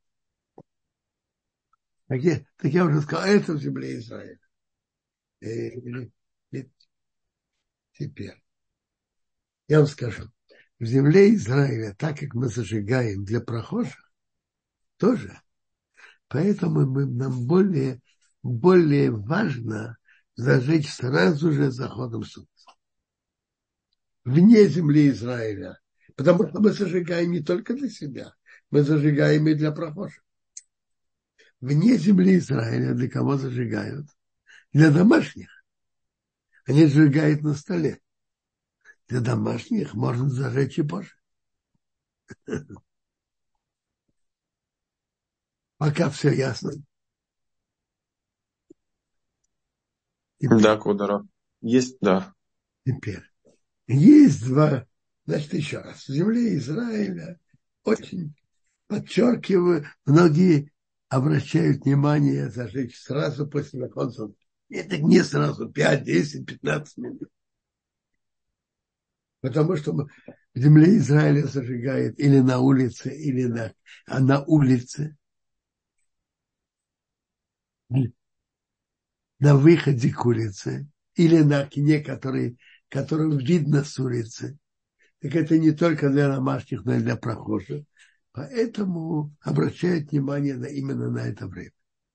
Так я, так я уже сказал, это в земле Израиля. И, и, теперь я вам скажу, в земле Израиля, так как мы зажигаем для прохожих, тоже, поэтому мы, нам более, более важно зажечь сразу же заходом солнца. Вне земли Израиля. Потому что мы зажигаем не только для себя, мы зажигаем и для прохожих. Вне земли Израиля для кого зажигают? Для домашних. Они зажигают на столе. Для домашних можно зажечь и позже. Пока все ясно. Теперь, Да, Кудара. Есть, да. теперь. Есть два, значит, еще раз. В земле Израиля очень подчеркиваю, многие обращают внимание зажечь сразу после захода солнца. Это не сразу, пять, десять, пятнадцать минут. Потому что в земле Израиля зажигает или на улице, или на, а на улице, на выходе к улице, или на окне, который, которым видно с улицы. Так это не только для домашних, но и для прохожих. Поэтому обращают внимание на, именно на это время.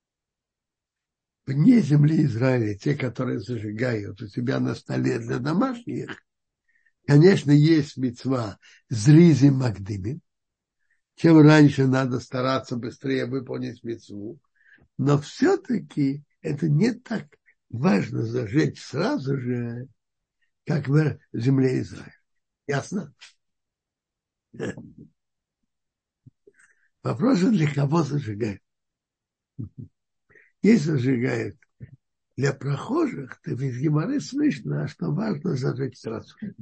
Вне земли Израиля, те, которые зажигают у себя на столе для домашних, конечно, есть мицва зризи магдими, чем раньше надо стараться быстрее выполнить мицву. Но все-таки это не так важно зажечь сразу же, как в земле Израиля. Ясно? Вопрос же, для кого зажигают. Если зажигают для прохожих, то из Гемары слышно, что важно зажечь сразу же.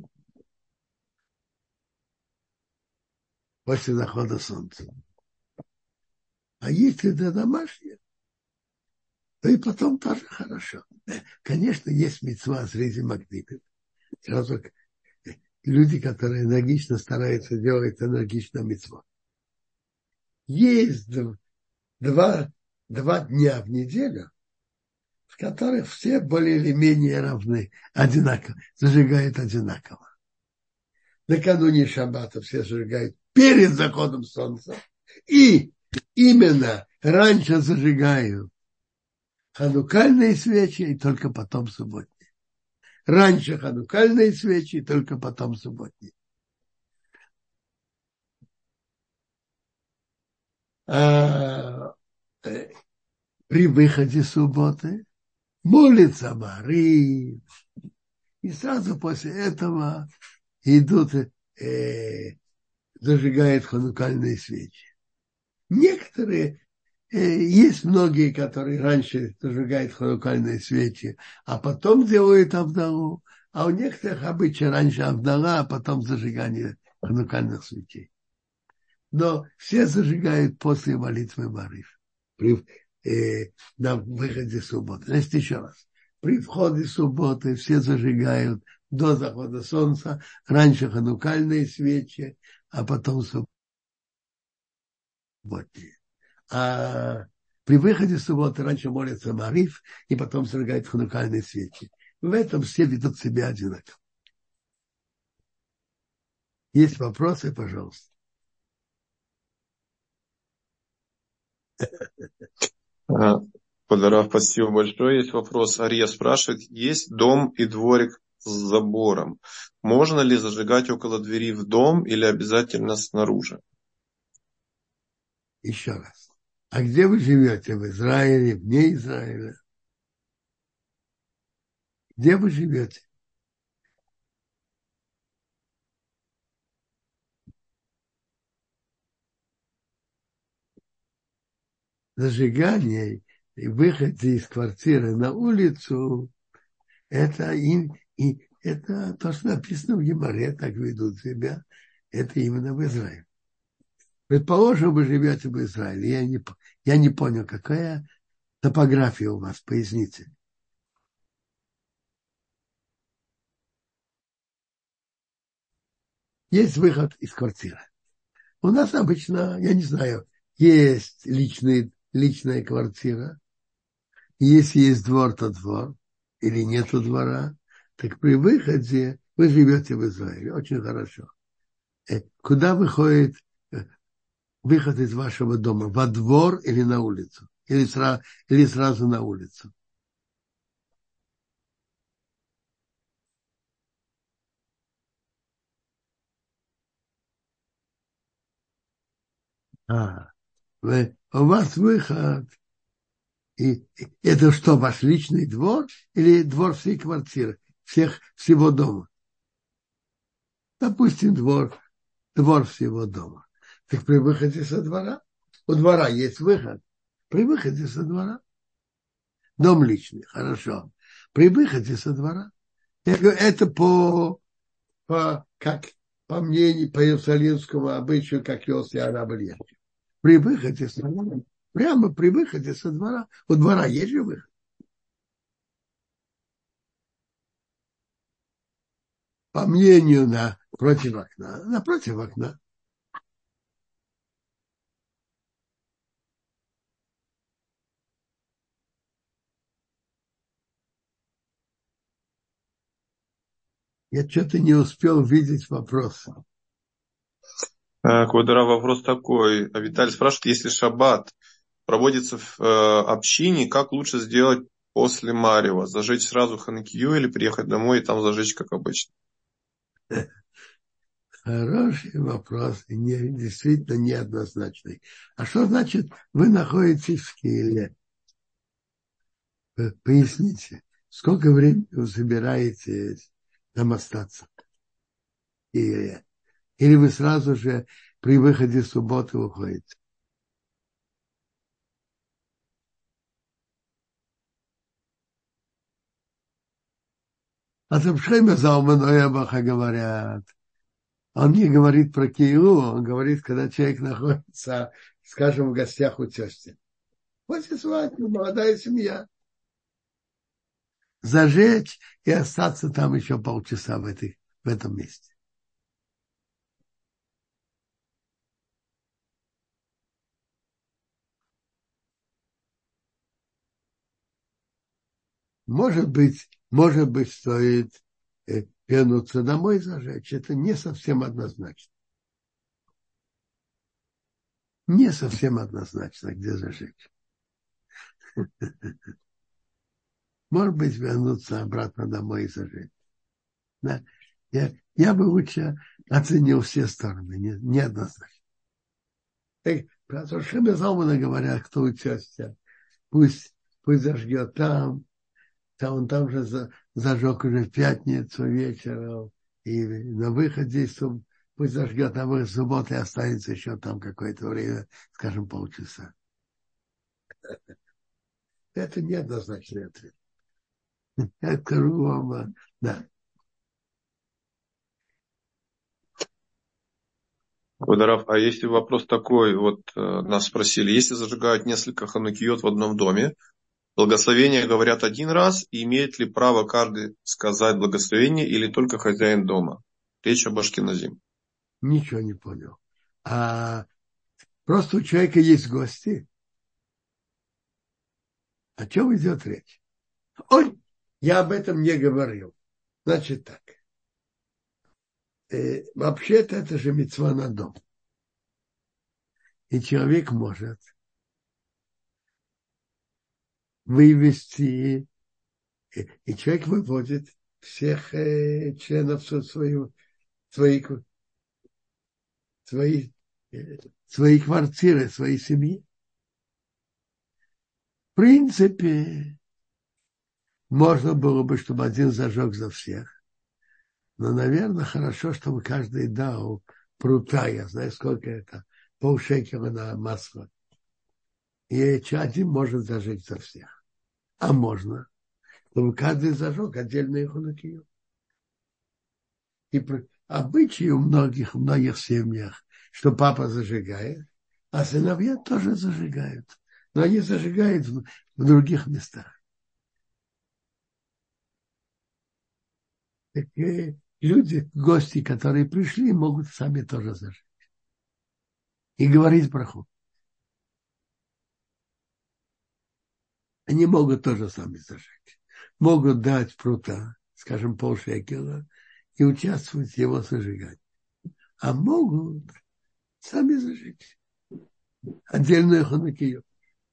После захода солнца. А если для домашних, то и потом тоже хорошо. Конечно, есть мицва среди магнитов. Сразу люди, которые энергично стараются делать энергично мицву. Есть два, два дня в неделю, в которых все более или менее равны, одинаково, зажигают одинаково. Накануне шаббата все зажигают перед заходом солнца. И именно раньше зажигают ханукальные свечи, и только потом субботние. Раньше ханукальные свечи, и только потом субботние. А при выходе субботы молится Мари, и сразу после этого идут, э, зажигают ханукальные свечи. Некоторые, э, есть многие, которые раньше зажигают ханукальные свечи, а потом делают авдалу, а у некоторых обычай раньше авдала, а потом зажигание ханукальных свечей. Но все зажигают после молитвы Мариф, при, э, на выходе субботы. Значит, еще раз. При входе субботы все зажигают до захода солнца, раньше ханукальные свечи, а потом субботние. А при выходе субботы раньше молятся Мариф, и потом зажигают ханукальные свечи. В этом все ведут себя одинаково. Есть вопросы, пожалуйста? Подарав, спасибо большое. Есть вопрос. Ария спрашивает, есть дом и дворик с забором. Можно ли зажигать около двери в дом или обязательно снаружи? Еще раз. А где вы живете? В Израиле, вне Израиля? Где вы живете? Зажигание и выходе из квартиры на улицу, это, и, и, это то, что написано в Гемаре, так ведут себя, это именно в Израиле. Предположим, вы живете в Израиле. Я не, я не понял, какая топография у вас, поясните. Есть выход из квартиры. У нас обычно, я не знаю, есть личный, личная квартира. Если есть двор, то двор. Или нету двора. Так при выходе вы живете в Израиле. Очень хорошо. Куда выходит выход из вашего дома? Во двор или на улицу? Или сразу, или сразу на улицу? А, вы, у вас выход. И это что, ваш личный двор или двор всей квартиры, всех, всего дома? Допустим, двор, двор всего дома. Так при выходе со двора, у двора есть выход. При выходе со двора. Дом личный, хорошо. При выходе со двора. Это по, по, как, по мнению, по иерусалимскому обычаю, как Йоси араб Ильяхив. При выходе со двора. Прямо при выходе со двора. У двора есть же выход. По мнению на против окна, напротив окна. Я что-то не успел видеть вопрос. Квадра, вопрос такой. Виталий спрашивает, если шаббат проводится в э, общине, как лучше сделать после Марева? Зажечь сразу ханукию или приехать домой и там зажечь, как обычно? Хороший вопрос, и не, действительно неоднозначный. А что значит вы находитесь в Киеве? Поясните, сколько времени вы собираетесь там остаться? И, или вы сразу же при выходе в субботу уходите? А там Шхайма Залманоябаха говорят, он не говорит про Киеву, он говорит, когда человек находится, скажем, в гостях у тести. После свадьбы, молодая семья. Зажечь и остаться там еще полчаса в, этой, в этом месте. Может быть, может быть, стоит э, вернуться домой зажечь. Это не совсем однозначно. Не совсем однозначно, где зажечь. Может быть, вернуться обратно домой и зажечь. Да. Я, я бы лучше оценил все стороны, не, неоднозначно. Про то, что мы Залмана говорят, кто участие, пусть, пусть зажгет там, там он там же за, зажег уже в пятницу вечером, и на выходе из суб, пусть зажгет на выход субботы и останется еще там какое-то время, скажем, полчаса. Это неоднозначный ответ. Я скажу вам, да. Кударав, а если вопрос такой, вот э, нас спросили, если зажигают несколько ханукиот в одном доме, благословения говорят один раз, и имеет ли право каждый сказать благословение или только хозяин дома? Речь об Ашкеназим. Ничего не понял. А просто у человека есть гости. О чем идет речь? Ой, я об этом не говорил. Значит так. Э, вообще-то это же мицва на дом. И человек может вывести, и, и человек выводит всех э, членов своего, своей, своей, э, своей квартиры, своей семьи. В принципе, можно было бы, чтобы один зажег за всех. Но, наверное, хорошо, чтобы каждый дал прута. Я знаю, сколько это. Полшекера на масло. И один может зажечь за всех. А можно, чтобы каждый зажег отдельные ханукию. И обычаи у многих, в многих семьях, что папа зажигает, а сыновья тоже зажигают. Но они зажигают в, в других местах. Так, э, люди, гости, которые пришли, могут сами тоже зажечь. И говорить браху. Они могут тоже сами зажечь. Могут дать прута, скажем, полшекела, и участвовать в его зажигании. А могут сами зажечь отдельную ханукию.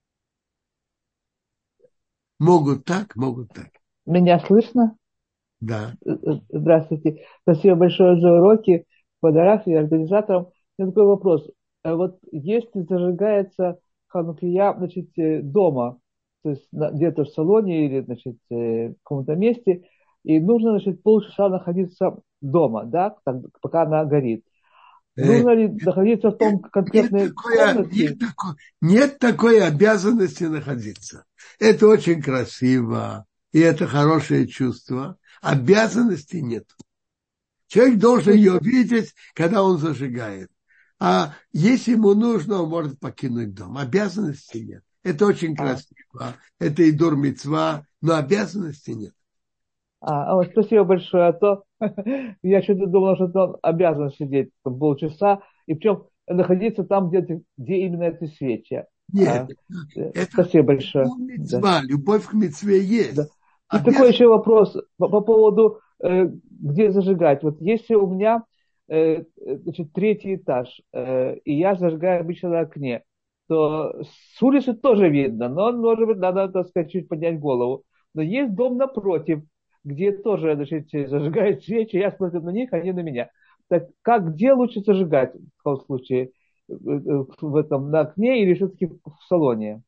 Могут так, могут так. Меня слышно? Да. Здравствуйте. Спасибо большое за уроки, фотографии, организаторам. У меня такой вопрос. Вот если зажигается ханукия, значит, дома, то есть где-то в салоне или, значит, в каком-то месте, и нужно, значит, полчаса находиться дома, да, пока она горит. Нужно ли находиться в том конкретной нет такой, комнате? Нет такой, нет такой обязанности находиться. Это очень красиво, и это хорошее чувство. Обязанности нет. Человек должен ее видеть, когда он зажигает. А если ему нужно, он может покинуть дом. Обязанности нет. Это очень красиво. Это и дур мицва, но обязанностей нет. А, вот, спасибо большое. А то я что-то думал, что он обязан сидеть там полчаса, и причем находиться там, где, где именно эти свечи. Нет, а, это спасибо большое. Мицва, Да. Любовь к мицве есть. Да. И Обязан... такой еще вопрос по, по поводу, э, где зажигать. Вот если у меня э, значит, третий этаж, э, и я зажигаю обычно на окне, то с улицы тоже видно, но, может быть, надо, так сказать, чуть поднять голову. Но есть дом напротив, где тоже, значит, зажигают свечи, я смотрю на них, они на меня. Так как, где лучше зажигать в таком случае? В этом, на окне или все-таки в салоне?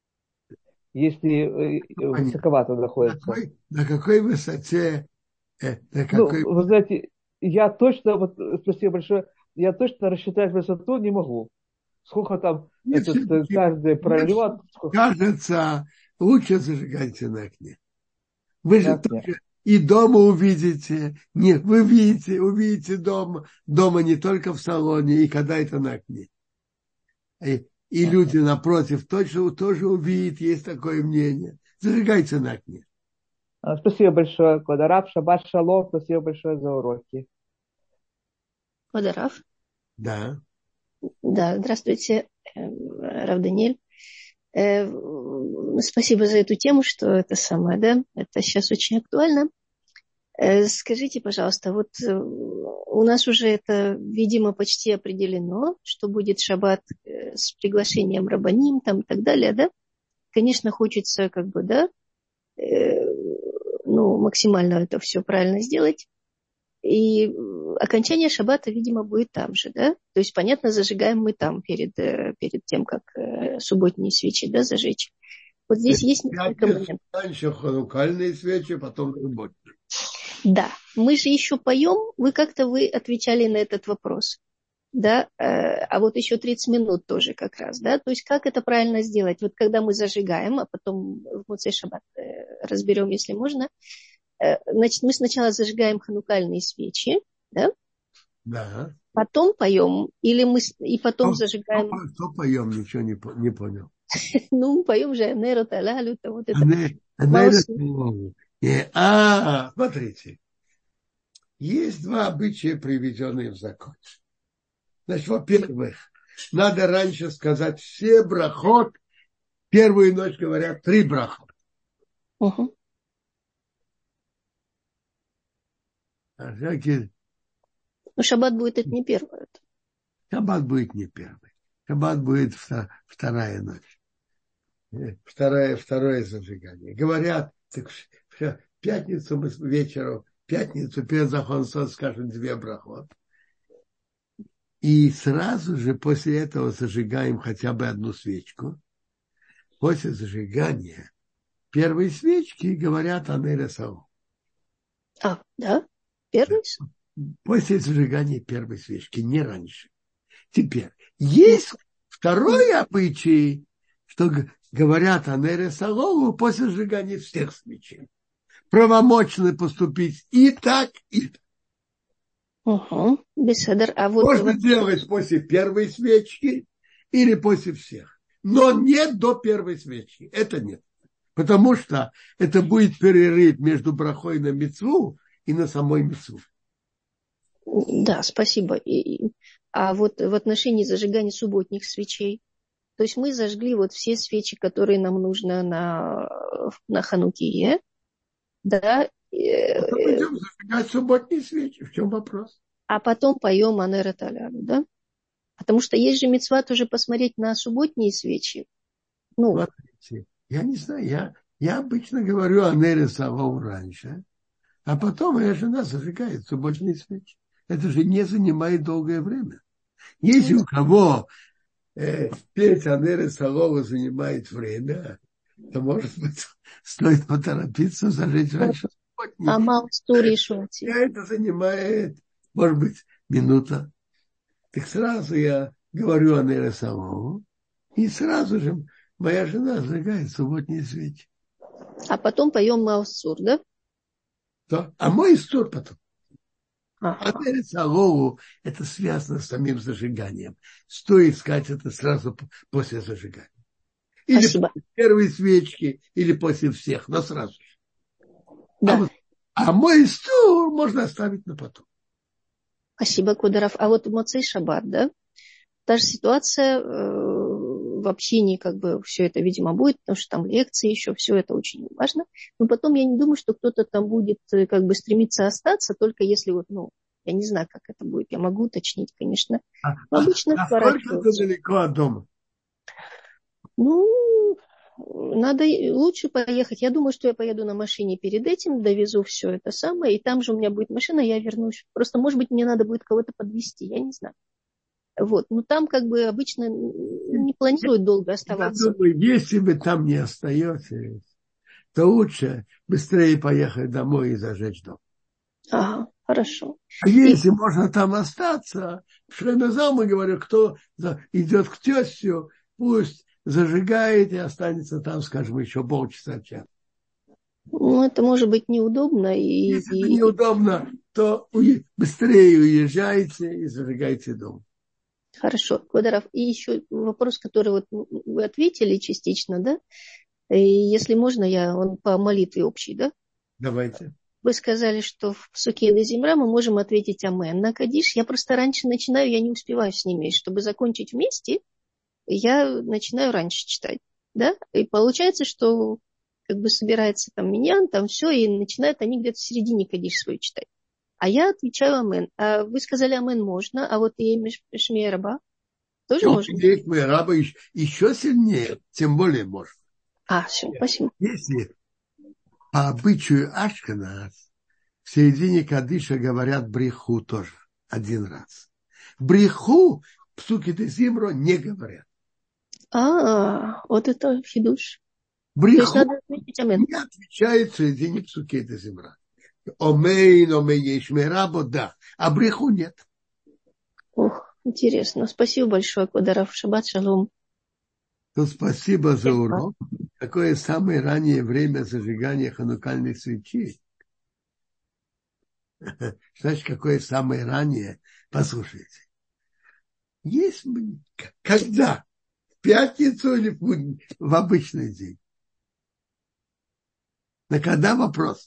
Если э, Понятно. высоковато На находится. какой, на какой высоте, э, на Ну, какой... вы знаете, я точно, вот, спасибо большое, я точно рассчитать высоту не могу. Сколько там Мне этот, э, все-таки, каждый мне пролет, все-таки сколько кажется, лучше зажигайте на окне. Вы на же окне. тоже и дома увидите. Нет, вы видите, увидите дома. Дома не только в салоне, и когда это на окне. И, и люди напротив точно тоже увидят, есть такое мнение. Зажигайте на окне. А, Спасибо большое, Квадараб, шаббат шалом, спасибо большое за уроки. Квадарав. Да. Да, здравствуйте, э, Рав Даниэль. Э, Спасибо за эту тему, что это самое, да, это сейчас очень актуально. Э, Скажите, пожалуйста, вот э, у нас уже это, видимо, почти определено, что будет шаббат э, с приглашением рабаним там и так далее, да? Конечно, хочется как бы, да, э, ну, максимально это все правильно сделать. И окончание шаббата, видимо, будет там же, да? То есть, понятно, зажигаем мы там перед, перед тем, как субботние свечи, да, зажечь. Вот здесь есть несколько моментов. Раньше ханукальные свечи, потом субботние. Да, мы же еще поем, вы как-то вы отвечали на этот вопрос, да, а вот еще тридцать минут тоже как раз, да, то есть как это правильно сделать? Вот когда мы зажигаем, а потом в Моцей шаббат разберем, если можно. Значит, мы сначала зажигаем ханукальные свечи, да? Да. Потом поем, или мы и потом Что, зажигаем. что, что поем, ничего не, не понял. Ну, поем же Нерот Алалю, вот это. А, смотрите. Есть два обычая, приведенные в закон. Значит, во-первых, надо раньше сказать все брахот. Первую ночь говорят три брахот. Угу. А всякие... Ну, шаббат будет это не первый. Шаббат будет не первый. Шаббат будет вторая ночь. Второе, второе зажигание. Говорят, так, в пятницу мы вечером, в пятницу перед заходом солнца скажем две брахот. И сразу же после этого зажигаем хотя бы одну свечку. После зажигания первой свечки говорят Анель Сау. А, да? Первый? После зажигания первой свечки, не раньше. Теперь, есть второй обычай, что говорят Анель Сау после зажигания всех свечей. Правомочно поступить и так, и так. Угу. Беседер. А вот, Можно вот... делать после первой свечки или после всех. Но не до первой свечки. Это нет. Потому что это будет перерыв между брахой на мицву и на самой мицву. Да, спасибо. И, а вот в отношении зажигания субботних свечей, то есть мы зажгли вот все свечи, которые нам нужно на, на Ханукие, да. Потом идем зажигать субботние свечи. В чем вопрос? А потом поем Анерет Аляну, да? Потому что есть же мицва тоже посмотреть на субботние свечи. Ну, смотрите, я не знаю, я, я обычно говорю Анере Савову раньше, а потом моя жена зажигает субботние свечи. Это же не занимает долгое время. Если у кого э, петь Анере Савову занимает время, то, может быть, стоит поторопиться зажечь раньше субботние. а мало истории шоти. Я это занимает, может быть, минута. Так сразу я говорю Анере Савову, и сразу же моя жена зажигает субботние свечи. А потом поем Маусур, да? Да? А мой истор потом. Ага. А перед Салову это связано с самим зажиганием. Стоит сказать это сразу после зажигания. Или Спасибо. после первой свечки, или после всех, но сразу же. Да. А, вот, а мой истор можно оставить на потом. Спасибо, Кударов. А вот в Моцей шаббат, да? Та же ситуация, э, в общении как бы все это, видимо, будет, потому что там лекции еще, все это очень важно. Но потом я не думаю, что кто-то там будет как бы стремиться остаться, только если вот, ну, я не знаю, как это будет. Я могу уточнить, конечно. А, Но обычно а сколько это далеко от дома? Ну, надо лучше поехать. Я думаю, что я поеду на машине перед этим, довезу все это самое, и там же у меня будет машина, я вернусь. Просто, может быть, мне надо будет кого-то подвезти, я не знаю. Вот. Но там как бы обычно не планируют долго Я оставаться. думаю, если вы там не остаетесь, то лучше быстрее поехать домой и зажечь дом. Ага, хорошо. А И если можно там остаться, в Шлемезал мы говорим, кто идет к тестю, пусть зажигает и останется там, скажем, еще полчаса, час. ну, это может быть неудобно. И, Если это и- неудобно, то уе- быстрее уезжайте и зажигайте дом. Хорошо, Квадаров. И еще вопрос, который вот вы ответили частично, да? И если можно, я он по молитве общей, да? Давайте. Вы сказали, что в Псуке и Земра мы можем ответить Амен на Кадиш. Я просто раньше начинаю, я не успеваю с ними. Чтобы закончить вместе, я начинаю раньше читать. Да? И получается, что как бы собирается там миньян, там все, и начинают они где-то в середине Кадиш свой читать. А я отвечаю Амен. А вы сказали Амен можно, а вот и Шмея Раба тоже Ну, можно? есть мои рабы еще, еще сильнее, тем более можно. А, все, спасибо. Если по обычаю Ашкеназ в середине Кадиша говорят бреху тоже один раз. Бреху псуки де Зимро не говорят. А, вот это хидуш. То есть Бреху надо ответить Амен. не отвечает в середине псуки де Зимра. Омейн, омей, шмерабо, да. А бреху нет. Ох, интересно. Спасибо большое, Квадаров. Шаббат шалом. То спасибо за урок. Какое самое раннее время зажигания ханукальной свечи? Значит, какое самое раннее? Послушайте. Есть когда? В пятницу или в, в обычный день? На когда вопрос?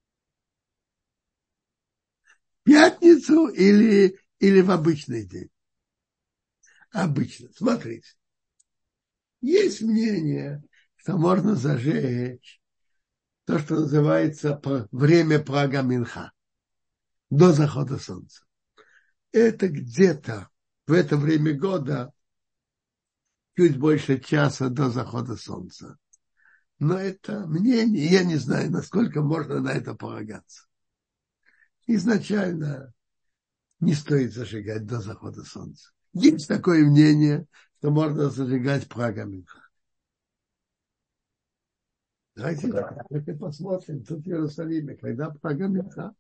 В пятницу или, или в обычный день? Обычно. Смотрите. Есть мнение, что можно зажечь то, что называется время прага Минха, до захода солнца. Это где-то в это время года чуть больше часа до захода солнца. Но это мнение, я не знаю, насколько можно на это полагаться. Изначально не стоит зажигать до захода солнца. Есть такое мнение, что можно зажигать прага Минха. Давайте давайте посмотрим тут в Иерусалиме, когда прага Минха.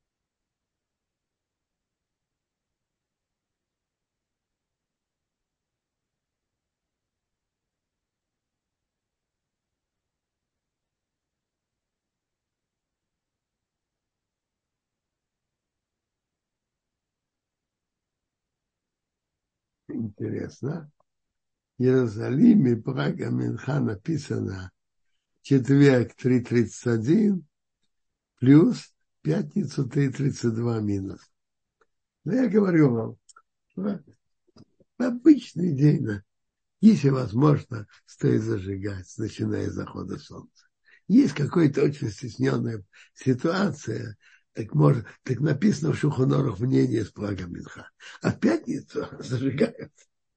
Интересно. В Иерусалиме прага Минха написано четверг три тридцать один плюс пятницу три тридцать два минус. Но я говорю вам, в обычный день, если возможно, стоит зажигать, начиная с захода солнца. Есть какая-то очень стесненная ситуация, так, может, так написано в Шулхан Арух мнение с прага Минха. А в пятницу зажигают.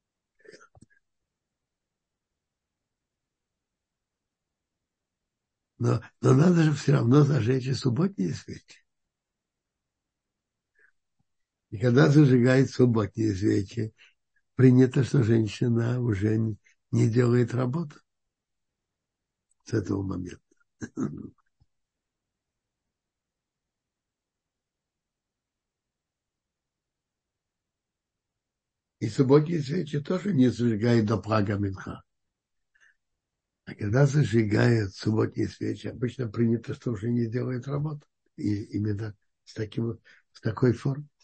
Но, но надо же все равно зажечь и субботние свечи. И когда зажигает субботние свечи, принято, что женщина уже не делает работу с этого момента. И субботние свечи тоже не зажигают до прага Минха. А когда зажигают субботние свечи, обычно принято, что уже не делает работу. И именно с, таким, с такой формой.